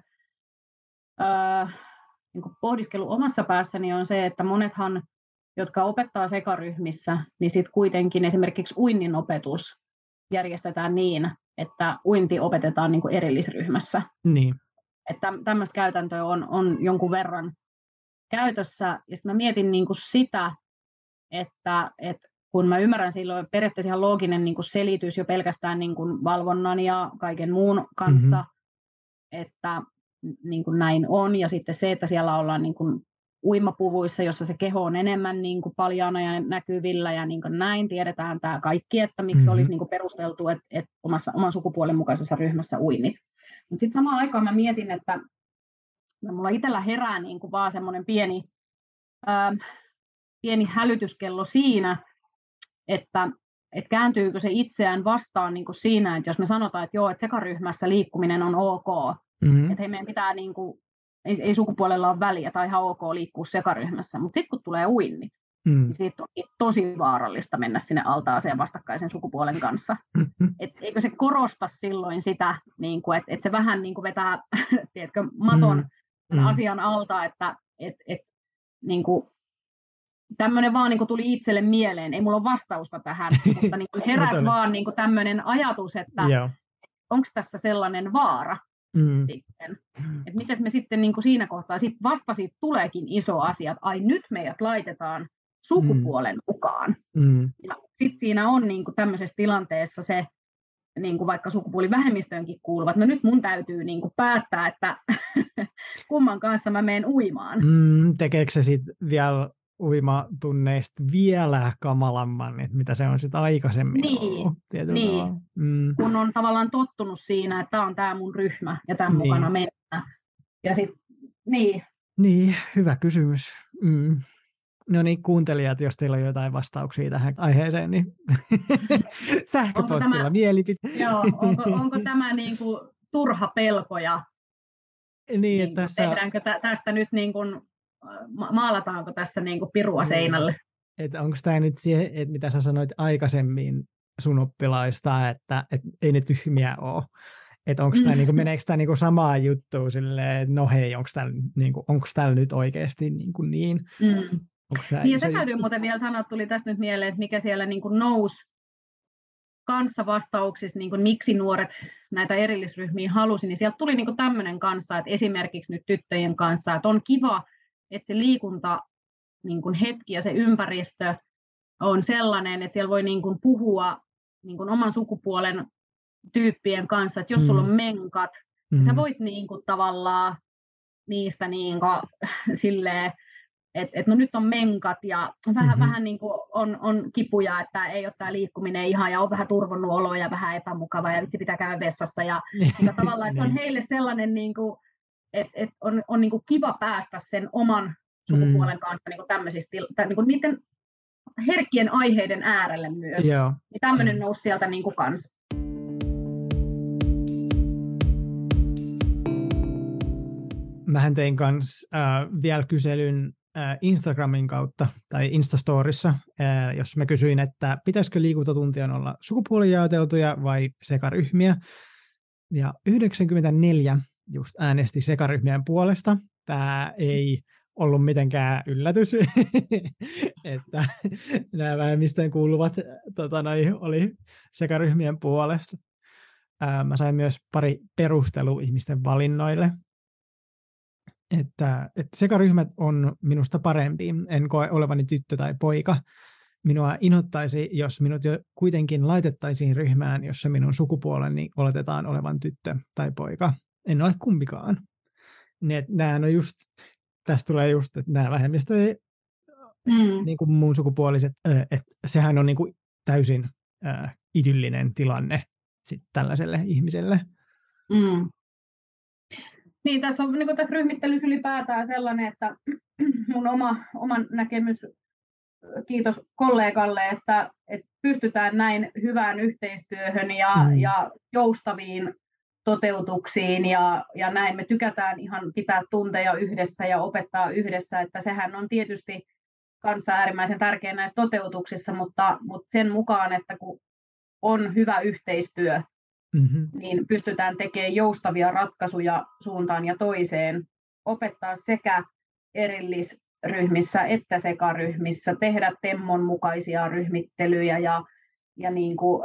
niin pohdiskellut omassa päässäni, on se, että monethan, jotka opettaa sekaryhmissä, niin sitten kuitenkin esimerkiksi uinnin opetus järjestetään niin, että uinti opetetaan niin kuin erillisryhmässä. Niin. Että tämmöistä käytäntöä on jonkun verran käytössä. Ja sitten mä mietin niin kuin sitä, että kun mä ymmärrän silloin periaatteessa ihan looginen niin kuin selitys jo pelkästään niin kuin valvonnan ja kaiken muun kanssa, että niin kuin näin on. Ja sitten se, että siellä ollaan niin kuin uimapuvuissa, jossa se keho on enemmän niin kuin paljaana ja näkyvillä ja niin kuin näin. Tiedetään tämä kaikki, että miksi olisi niin kuin perusteltu, että oman sukupuolen mukaisessa ryhmässä uinnit. Mutta sitten samaan aikaan mä mietin, että mulla itsellä herää niin kuin vaan semmoinen pieni hälytyskello siinä, että kääntyykö se itseään vastaan niin kuin siinä, että jos me sanotaan, että joo, että sekaryhmässä liikkuminen on ok, että meidän pitää, niin kuin, ei sukupuolella ole väliä tai ihan ok liikkua sekaryhmässä, mutta sitten kun tulee uinnit, niin siitä on tosi vaarallista mennä sinne altaaseen vastakkaisen sukupuolen kanssa. Eikö se korosta silloin sitä, niin kuin, että se vähän niin kuin vetää tiedätkö, maton asian alta, että niin kuin, tämmöinen vaan niin kuin tuli itselle mieleen, ei mulla ole vastausta tähän, mutta niin kuin heräsi vaan niin kuin tämmöinen ajatus, että onko tässä sellainen vaara sitten. Että miten me sitten niin kuin siinä kohtaa, vasta siitä tuleekin iso asia, että ai nyt meidät laitetaan sukupuolen mukaan. Ja sitten siinä on niin kuin tämmöisessä tilanteessa se, niin kuin vaikka sukupuolivähemmistöönkin kuuluvat, no nyt mun täytyy niin kuin päättää, että kumman kanssa mä menen uimaan. Tekeekö se sitten vielä uimatunneista vielä kamalamman, että mitä se on sitten aikaisemmin ollut? Niin. Kun on tavallaan tottunut siinä, että tämä on tämä mun ryhmä ja tämän mukana mennä. Ja sitten, Niin, hyvä kysymys. No niin, kuuntelijat, jos teillä on jotain vastauksia tähän aiheeseen, niin sähköpostilla mielipiteet. Joo, onko tämä niin kuin turha pelkoja? Niin, että tehdäänkö tästä nyt niin kuin, maalataanko tässä niin kuin pirua seinälle? Että onko tämä nyt se, että mitä sä sanoit aikaisemmin sun oppilaista, että ei ne tyhmiä ole. Että onko tämä, niinku, meneekö tämä niinku samaa juttua silleen, että no hei, onko täällä nyt oikeasti niin? Niin ja se täytyy muuten vielä sanoa, tuli tästä nyt mieleen, että mikä siellä niin kuin nousi kanssa vastauksissa, niin kuin miksi nuoret näitä erillisryhmiä halusi, niin sieltä tuli niin kuin tämmöinen kanssa, että esimerkiksi nyt tyttöjen kanssa, että on kiva, että se liikunta niin kuin hetki ja se ympäristö on sellainen, että siellä voi niin kuin puhua niin kuin oman sukupuolen tyyppien kanssa, että jos sulla on menkat, sä voit niin kuin tavallaan niistä niin kuin, silleen, että no nyt on menkat ja vähän niin kuin on kipuja, että ei ole tämä liikkuminen ihan ja on vähän turvonnut oloa ja vähän epämukava ja vitsi pitää käydä vessassa ja tavallaan, että se on heille sellainen, niin kuin, että on niin kuin kiva päästä sen oman sukupuolen kanssa niin kuin tämmöisistä, niin kuin niiden herkkien aiheiden äärelle myös. Joo. Ja tämmöinen nousi sieltä niin kuin kanssa. Mähän tein kanssa vielä kyselyn Instagramin kautta tai Instastorissa, jos mä kysyin, että pitäisikö liikuntatuntien olla sukupuolijaoteltuja vai sekaryhmiä. Ja 94 just äänesti sekaryhmien puolesta. Tämä ei ollut mitenkään yllätys, että nämä vähemmistöön kuuluvat oli sekaryhmien puolesta. Mä sain myös pari perustelua ihmisten valinnoille. Että sekaryhmät on minusta parempi. En koe olevani tyttö tai poika. Minua inhottaisi, jos minut jo kuitenkin laitettaisiin ryhmään, jossa minun sukupuoleni oletetaan olevan tyttö tai poika. En ole kumpikaan. Nämä on just, tästä tulee just, että nämä vähemmistöjä, niin kuin muun sukupuoliset, että sehän on niin kuin täysin idyllinen tilanne sit tällaiselle ihmiselle. Niin, tässä on niin tässä ryhmittelyssä ylipäätään sellainen, että mun oma näkemys, kiitos kollegalle, että pystytään näin hyvään yhteistyöhön ja joustaviin toteutuksiin ja näin. Me tykätään ihan pitää tunteja yhdessä ja opettaa yhdessä, että sehän on tietysti kanssa äärimmäisen tärkeä näissä toteutuksissa, mutta sen mukaan, että kun on hyvä yhteistyö, niin pystytään tekemään joustavia ratkaisuja suuntaan ja toiseen, opettaa sekä erillisryhmissä että sekaryhmissä, tehdä Temmon mukaisia ryhmittelyjä ja niin kuin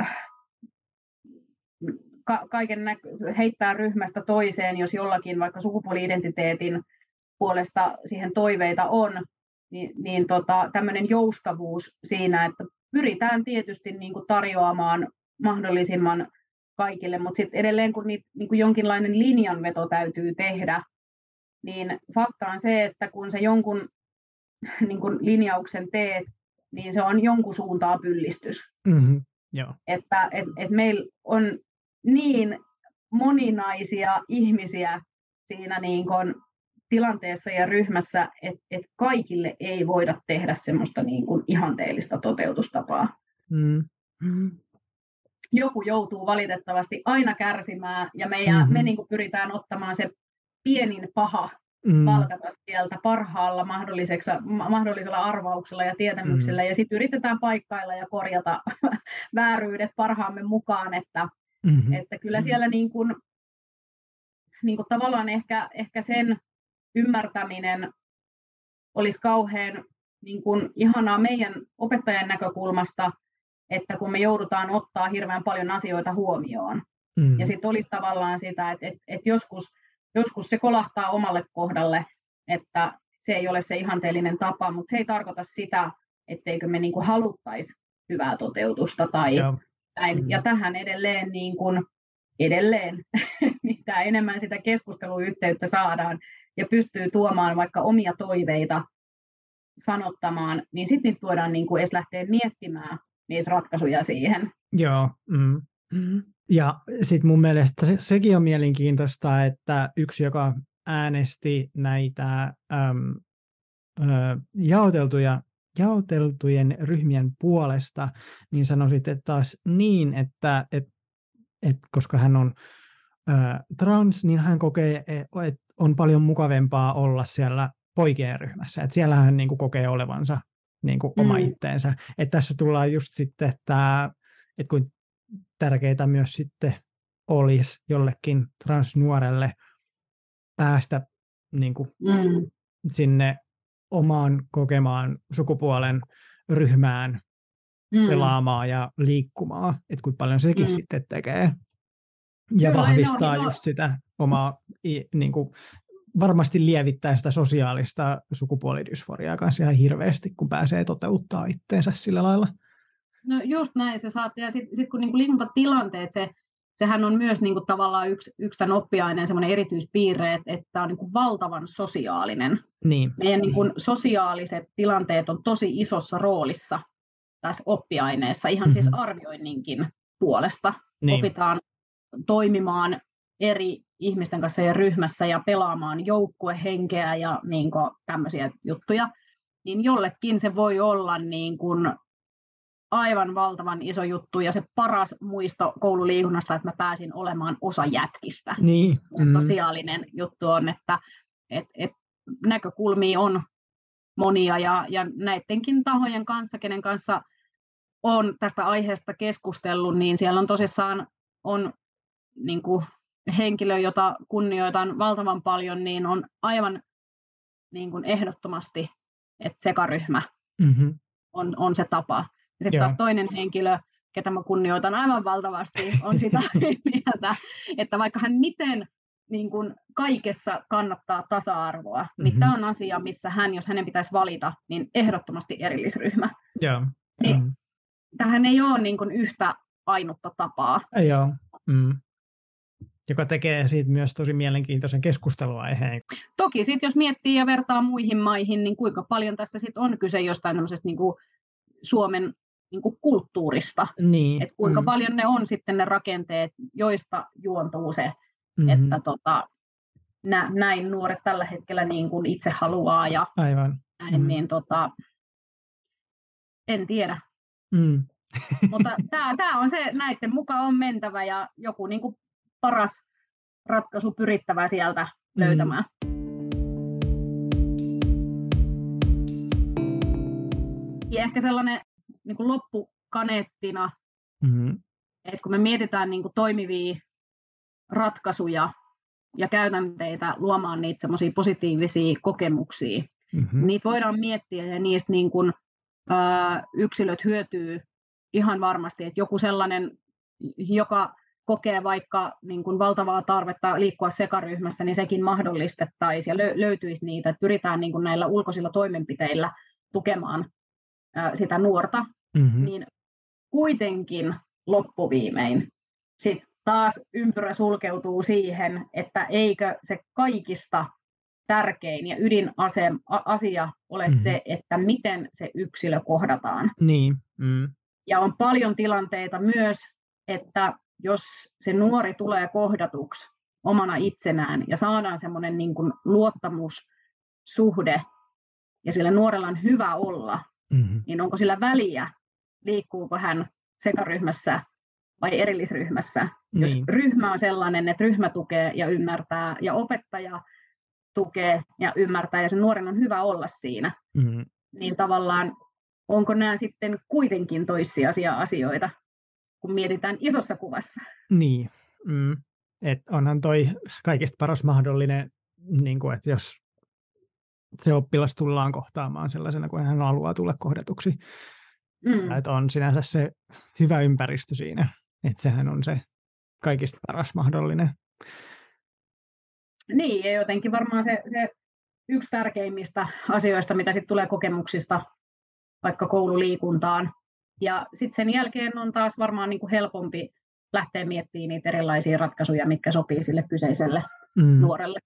heittää ryhmästä toiseen, jos jollakin vaikka sukupuoli-identiteetin puolesta siihen toiveita on, niin tämmöinen joustavuus siinä, että pyritään tietysti niin kuin tarjoamaan mahdollisimman kaikille, mutta sitten edelleen kun niin jonkinlainen linjanveto täytyy tehdä, niin fakta on se, että kun sä jonkun niin kun linjauksen teet, niin se on jonkun suuntaan pyllistys. Joo. Että meillä on niin moninaisia ihmisiä siinä niin kun tilanteessa ja ryhmässä, että kaikille ei voida tehdä semmoista niin kun ihanteellista toteutustapaa. Joku joutuu valitettavasti aina kärsimään, ja me niin kuin pyritään ottamaan se pienin paha palkata sieltä parhaalla mahdollisella arvauksella ja tietämyksellä, ja sitten yritetään paikkailla ja korjata vääryydet parhaamme mukaan, että kyllä siellä niin kuin tavallaan ehkä sen ymmärtäminen olisi kauhean niin kuin ihanaa meidän opettajan näkökulmasta, että kun me joudutaan ottaa hirveän paljon asioita huomioon. Ja sitten olisi tavallaan sitä, että joskus se kolahtaa omalle kohdalle, että se ei ole se ihanteellinen tapa, mutta se ei tarkoita sitä, etteikö me niinku haluttaisi hyvää toteutusta tai näin. Ja tähän edelleen, mitä enemmän sitä keskusteluyhteyttä saadaan ja pystyy tuomaan vaikka omia toiveita sanottamaan, niin sitten niitä voidaan niinku edes lähteä miettimään niitä ratkaisuja siihen. Joo. Ja sitten mun mielestä sekin on mielenkiintoista, että yksi, joka äänesti näitä jaoteltuja jaoteltujen ryhmien puolesta, niin sanoisit, että taas niin, että koska hän on trans, niin hän kokee, että on paljon mukavempaa olla siellä poikien ryhmässä. Että siellä hän niin kuin kokee olevansa niin kuin oma itteensä. Että tässä tullaan just sitten, että kuin tärkeää myös sitten olisi jollekin transnuorelle päästä niin kuin sinne omaan kokemaan sukupuolen ryhmään pelaamaan ja liikkumaan, että kuinka paljon sekin sitten tekee. Ja kyllä, vahvistaa just sitä omaa, niin kuin, varmasti lievittää sitä sosiaalista sukupuolidysforiaa kanssa ihan hirveästi, kun pääsee toteuttaa itteensä sillä lailla. No just näin se saattaa. Ja sitten kun niinku liikuntatilanteet, sehän on myös niinku tavallaan yksi tämän oppiaineen semmoinen erityispiirre, että on niinku valtavan sosiaalinen. Niin. Meidän niinku sosiaaliset tilanteet on tosi isossa roolissa tässä oppiaineessa, ihan siis arvioinninkin puolesta. Niin. Opitaan toimimaan eri ihmisten kanssa ja ryhmässä ja pelaamaan joukkuehenkeä ja niin kuin tämmöisiä juttuja, niin jollekin se voi olla niin kuin aivan valtavan iso juttu ja se paras muisto koululiikunnasta, että mä pääsin olemaan osa jätkistä. Niin. Sosiaalinen juttu on, että näkökulmia on monia ja näidenkin tahojen kanssa, kenen kanssa on tästä aiheesta keskustellut, niin siellä on tosissaan on niin kuin henkilö, jota kunnioitan valtavan paljon, niin on aivan niin kuin ehdottomasti, että sekaryhmä on se tapa. Ja sitten taas toinen henkilö, ketä mä kunnioitan aivan valtavasti, on sitä mieltä, että vaikka hän miten niin kuin kaikessa kannattaa tasa-arvoa, niin tämä on asia, missä jos hänen pitäisi valita, niin ehdottomasti erillisryhmä. Niin, tähän ei ole niin kuin yhtä ainutta tapaa. Joo. Joka tekee siitä myös tosi mielenkiintoisen keskusteluaiheen. Toki sitten jos miettii ja vertaa muihin maihin, niin kuinka paljon tässä sitten on kyse jostain tämmöisestä niin kuin Suomen niin kuin kulttuurista. Niin. Että kuinka paljon ne on sitten ne rakenteet, joista juontuu se, että näin nuoret tällä hetkellä niin kuin itse haluaa. Ja aivan. Näin, niin en tiedä. Mutta tämä on se, näiden mukaan on mentävä ja joku niin kuin paras ratkaisu pyrittävä sieltä löytämään. Ja ehkä sellainen niin kuin loppukaneettina, että kun me mietitään niin kuin toimivia ratkaisuja ja käytänteitä luomaan niitä semmoisia positiivisia kokemuksia, niitä voidaan miettiä ja niistä niin kuin, yksilöt hyötyy ihan varmasti, että joku sellainen, joka kokee vaikka niin kuin valtavaa tarvetta liikkua sekaryhmässä, niin sekin mahdollistettaisiin ja löytyisi niitä, että pyritään niin kuin näillä ulkoisilla toimenpiteillä tukemaan sitä nuorta, niin kuitenkin loppuviimein sitten taas ympyrä sulkeutuu siihen, että eikö se kaikista tärkein ja ydinasia ole se, että miten se yksilö kohdataan. Niin. Ja on paljon tilanteita myös, että jos se nuori tulee kohdatuksi omana itsenään ja saadaan semmoinen niin kuin luottamussuhde ja sillä nuorella on hyvä olla, niin onko sillä väliä, liikkuuko hän sekaryhmässä vai erillisryhmässä. Niin. Jos ryhmä on sellainen, että ryhmä tukee ja ymmärtää ja opettaja tukee ja ymmärtää ja sen nuoren on hyvä olla siinä, niin tavallaan onko nämä sitten kuitenkin toissijaisia asioita, kun mietitään isossa kuvassa. Niin, että onhan toi kaikista paras mahdollinen, niin kuin, että jos se oppilas tullaan kohtaamaan sellaisena, kuin hän haluaa tulla kohdatuksi, että on sinänsä se hyvä ympäristö siinä, että sehän on se kaikista paras mahdollinen. Niin, ja jotenkin varmaan se yksi tärkeimmistä asioista, mitä sitten tulee kokemuksista vaikka koululiikuntaan. Ja sitten sen jälkeen on taas varmaan niin kuin helpompi lähteä miettimään niitä erilaisia ratkaisuja, mitkä sopii sille kyseiselle nuorelle.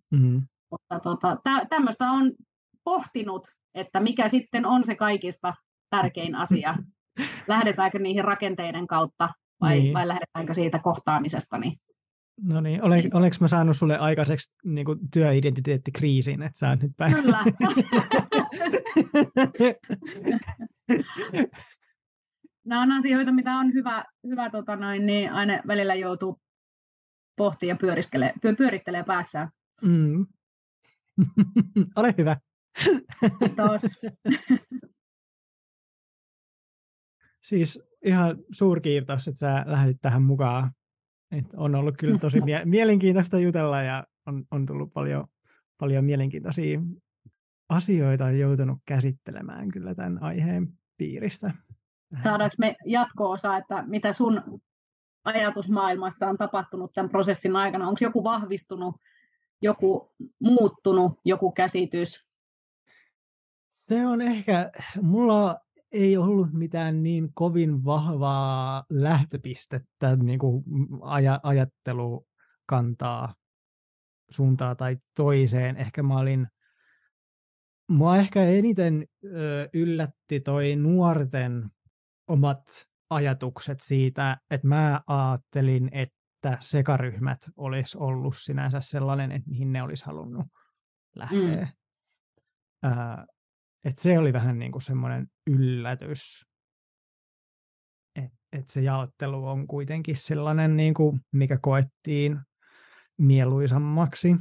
Mutta tämmöistä on pohtinut, että mikä sitten on se kaikista tärkein asia. Lähdetäänkö niihin rakenteiden kautta vai lähdetäänkö siitä kohtaamisesta? No niin, olenko mä saanut sulle aikaiseksi niin kuin työidentiteettikriisin, että sä oot nyt päin? Kyllä. Nämä on asioita, mitä on hyvä niin aina välillä joutuu pohtimaan ja pyörittelee päässään. Mm. Ole hyvä. Kiitos. Siis ihan suurkiitos, että sä lähdit tähän mukaan. On ollut kyllä tosi mielenkiintoista jutella ja on tullut paljon mielenkiintoisia asioita joutunut käsittelemään kyllä tämän aiheen piiristä. Saadaanko me jatko-osa, että mitä sun ajatusmaailmassa on tapahtunut tämän prosessin aikana? Onko joku vahvistunut, joku muuttunut, joku käsitys? Se on ehkä, mulla ei ollut mitään niin kovin vahvaa lähtöpistettä niin kuin ajattelukantaa suuntaan tai toiseen. Mua ehkä eniten yllätti toi nuorten omat ajatukset siitä, että mä ajattelin, että sekaryhmät olisi ollut sinänsä sellainen, että mihin ne olisi halunnut lähteä. Että se oli vähän niin kuin semmoinen yllätys, että se jaottelu on kuitenkin sellainen, niin kuin mikä koettiin mieluisammaksi.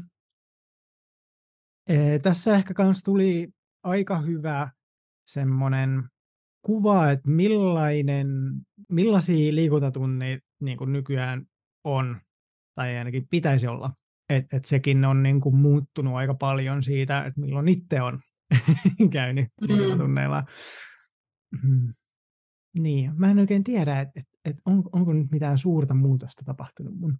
Tässä ehkä kans tuli aika hyvä semmoinen kuva, että millaisia liikuntatunnit niin kuin nykyään on, tai ainakin pitäisi olla. Et sekin on niin kuin muuttunut aika paljon siitä, että milloin itse on käynyt liikuntatunneilla. Niin, mä en oikein tiedä, että onko nyt mitään suurta muutosta tapahtunut mun.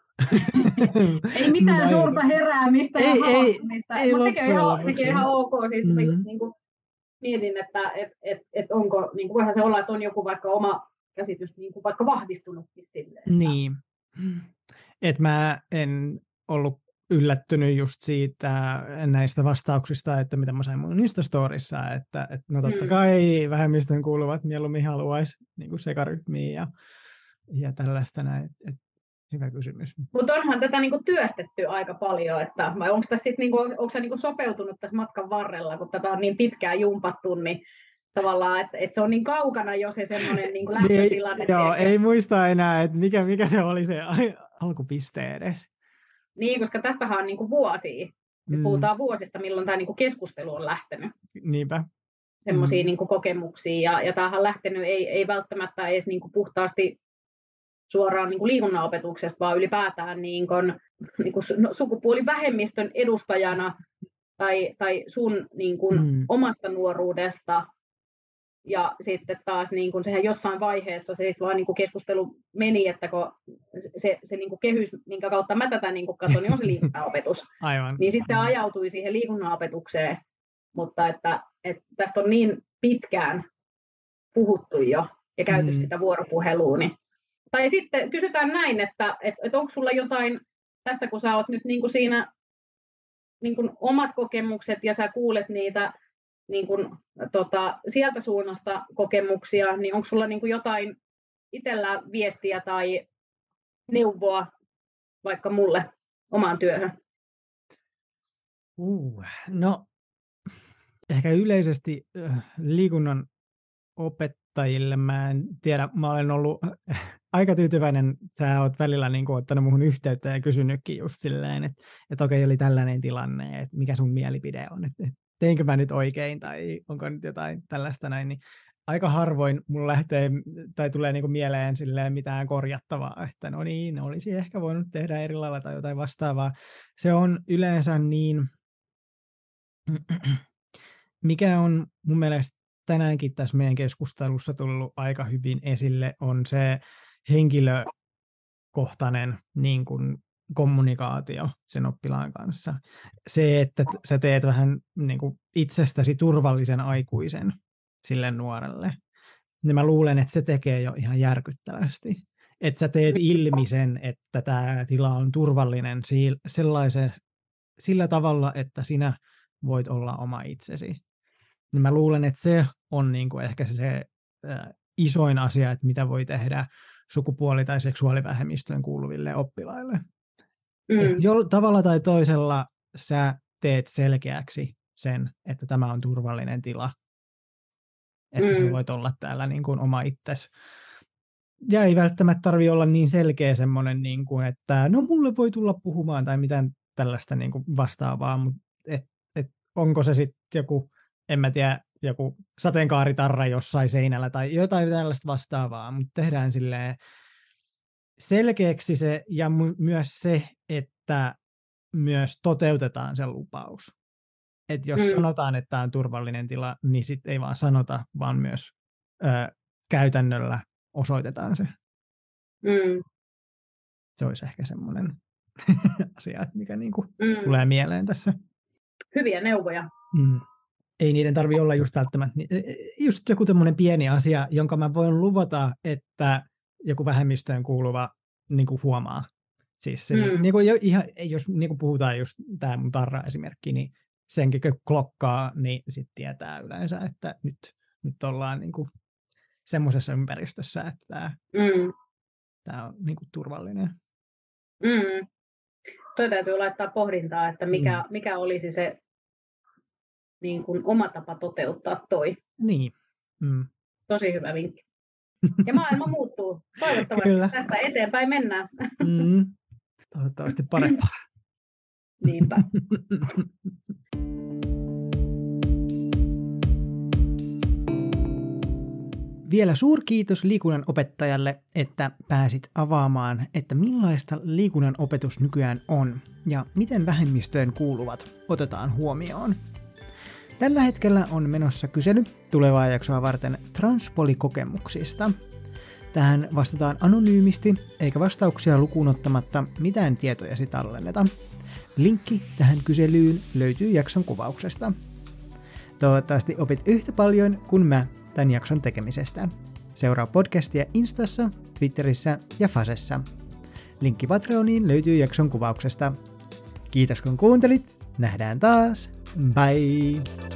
Ei mitään suurta heräämistä ja havahtumista. Tekee ihan ok. Siis niin kuin mietin, että onko, niin kuin voihan se olla, että on joku vaikka oma käsitys niin kuin vaikka vahvistunutkin silleen. Niin. Että mä en ollut yllättynyt just siitä näistä vastauksista, että mitä mä sain mun Instastorissa, että no totta kai vähemmistön kuuluvat mieluummin haluaisi niin kuin sekaryhmiin ja tällaista näin. Hyvä kysymys. Mutta onhan tätä niinku työstetty aika paljon, että vai onko sä niinku sopeutunut tässä matkan varrella, kun tätä on niin pitkään jumpattu, niin tavallaan, että se on niin kaukana jo se semmoinen niinku lähtötilanne. Joo, ei muista enää, että mikä se oli se alkupiste edes. Niin, koska tästähän on niinku vuosia. Siis puhutaan vuosista, milloin tämä niinku keskustelu on lähtenyt. Niinpä. Semmoisia niinku kokemuksia, ja tämähän on lähtenyt ei välttämättä edes niinku puhtaasti suoraan niin kuin liikunnanopetuksesta, vaan ylipäätään niin kuin sukupuolivähemmistön edustajana tai sun niin kuin omasta nuoruudesta. Ja sitten taas niin kuin sehän jossain vaiheessa se vaan niin kuin keskustelu meni, että kun se niin kuin kehys, minkä kautta mä tätä niin kuin katson, niin on se liikunnanopetus. Aivan. Niin sitten ajautui siihen liikunnanopetukseen, mutta että tästä on niin pitkään puhuttu jo ja käyty sitä vuoropuhelua, niin tai sitten kysytään näin, että onko sulla jotain, tässä kun sä oot nyt niin kuin siinä niin kuin omat kokemukset ja sä kuulet niitä niin kuin, sieltä suunnasta kokemuksia, niin onko sulla niin kuin jotain itsellä viestiä tai neuvoa vaikka mulle omaan työhön? No, ehkä yleisesti liikunnan opettajille, mä en tiedä, mä olen ollut aika tyytyväinen, sä oot välillä niin kuin ottanut muhun yhteyttä ja kysynytkin just silleen, että okei, oli tällainen tilanne, että mikä sun mielipide on, että teinkö mä nyt oikein tai onko nyt jotain tällaista näin, niin aika harvoin mulla lähtee tai tulee niin kuin mieleen silleen mitään korjattavaa, että no niin, olisi ehkä voinut tehdä eri lailla tai jotain vastaavaa. Se on yleensä niin, mikä on mun mielestä tänäänkin tässä meidän keskustelussa tullut aika hyvin esille, on se henkilökohtainen niin kuin kommunikaatio sen oppilaan kanssa. Se, että sä teet vähän niin kuin itsestäsi turvallisen aikuisen sille nuorelle. Niin mä luulen, että se tekee jo ihan järkyttävästi. Että sä teet ilmi sen, että tämä tila on turvallinen sillä tavalla, että sinä voit olla oma itsesi. Niin mä luulen, että se on niin kuin ehkä se isoin asia, että mitä voi tehdä sukupuoli- tai seksuaalivähemmistöön kuuluville oppilaille. Tavalla tai toisella sä teet selkeäksi sen, että tämä on turvallinen tila. Että sä voit olla täällä niin kuin oma itsesi. Ja ei välttämättä tarvitse olla niin selkeä semmoinen, niin kuin, että no mulle voi tulla puhumaan tai mitään tällaista niin kuin vastaavaa, mutta onko se sitten joku, en mä tiedä, joku sateenkaaritarra jossain seinällä tai jotain tällaista vastaavaa, mutta tehdään silleen selkeäksi se ja myös se, että myös toteutetaan se lupaus. Että jos sanotaan, että tämä on turvallinen tila, niin sitten ei vaan sanota, vaan myös käytännöllä osoitetaan se. Se olisi ehkä semmoinen asia, mikä niinku tulee mieleen tässä. Hyviä neuvoja. Ei niiden tarvitse olla just välttämättä. Just joku tämmöinen pieni asia, jonka mä voin luvata, että joku vähemmistöön kuuluva niinku huomaa. Siis se, niinku, ihan, jos niinku puhutaan just tämä mun tarra-esimerkki, niin senkin kun klokkaa, niin sitten tietää yleensä, että nyt ollaan niinku semmoisessa ympäristössä, että tämä on niinku turvallinen. Toi täytyy laittaa pohdintaa, että mikä olisi se niin kuin oma tapa toteuttaa toi. Niin. Tosi hyvä vinkki. Ja maailma muuttuu. Toivottavasti tästä eteenpäin mennään. Toivottavasti parempaa. Niinpä. Vielä suurkiitos liikunnan opettajalle, että pääsit avaamaan, että millaista liikunnan opetus nykyään on ja miten vähemmistöön kuuluvat otetaan huomioon. Tällä hetkellä on menossa kysely tulevaa jaksoa varten transpolikokemuksista. Tähän vastataan anonyymisti, eikä vastauksia lukuun ottamatta mitään tietojasi tallenneta. Linkki tähän kyselyyn löytyy jakson kuvauksesta. Toivottavasti opit yhtä paljon kuin mä tämän jakson tekemisestä. Seuraa podcastia Instassa, Twitterissä ja Fasessa. Linkki Patreoniin löytyy jakson kuvauksesta. Kiitos kun kuuntelit. Nähdään taas. Bye!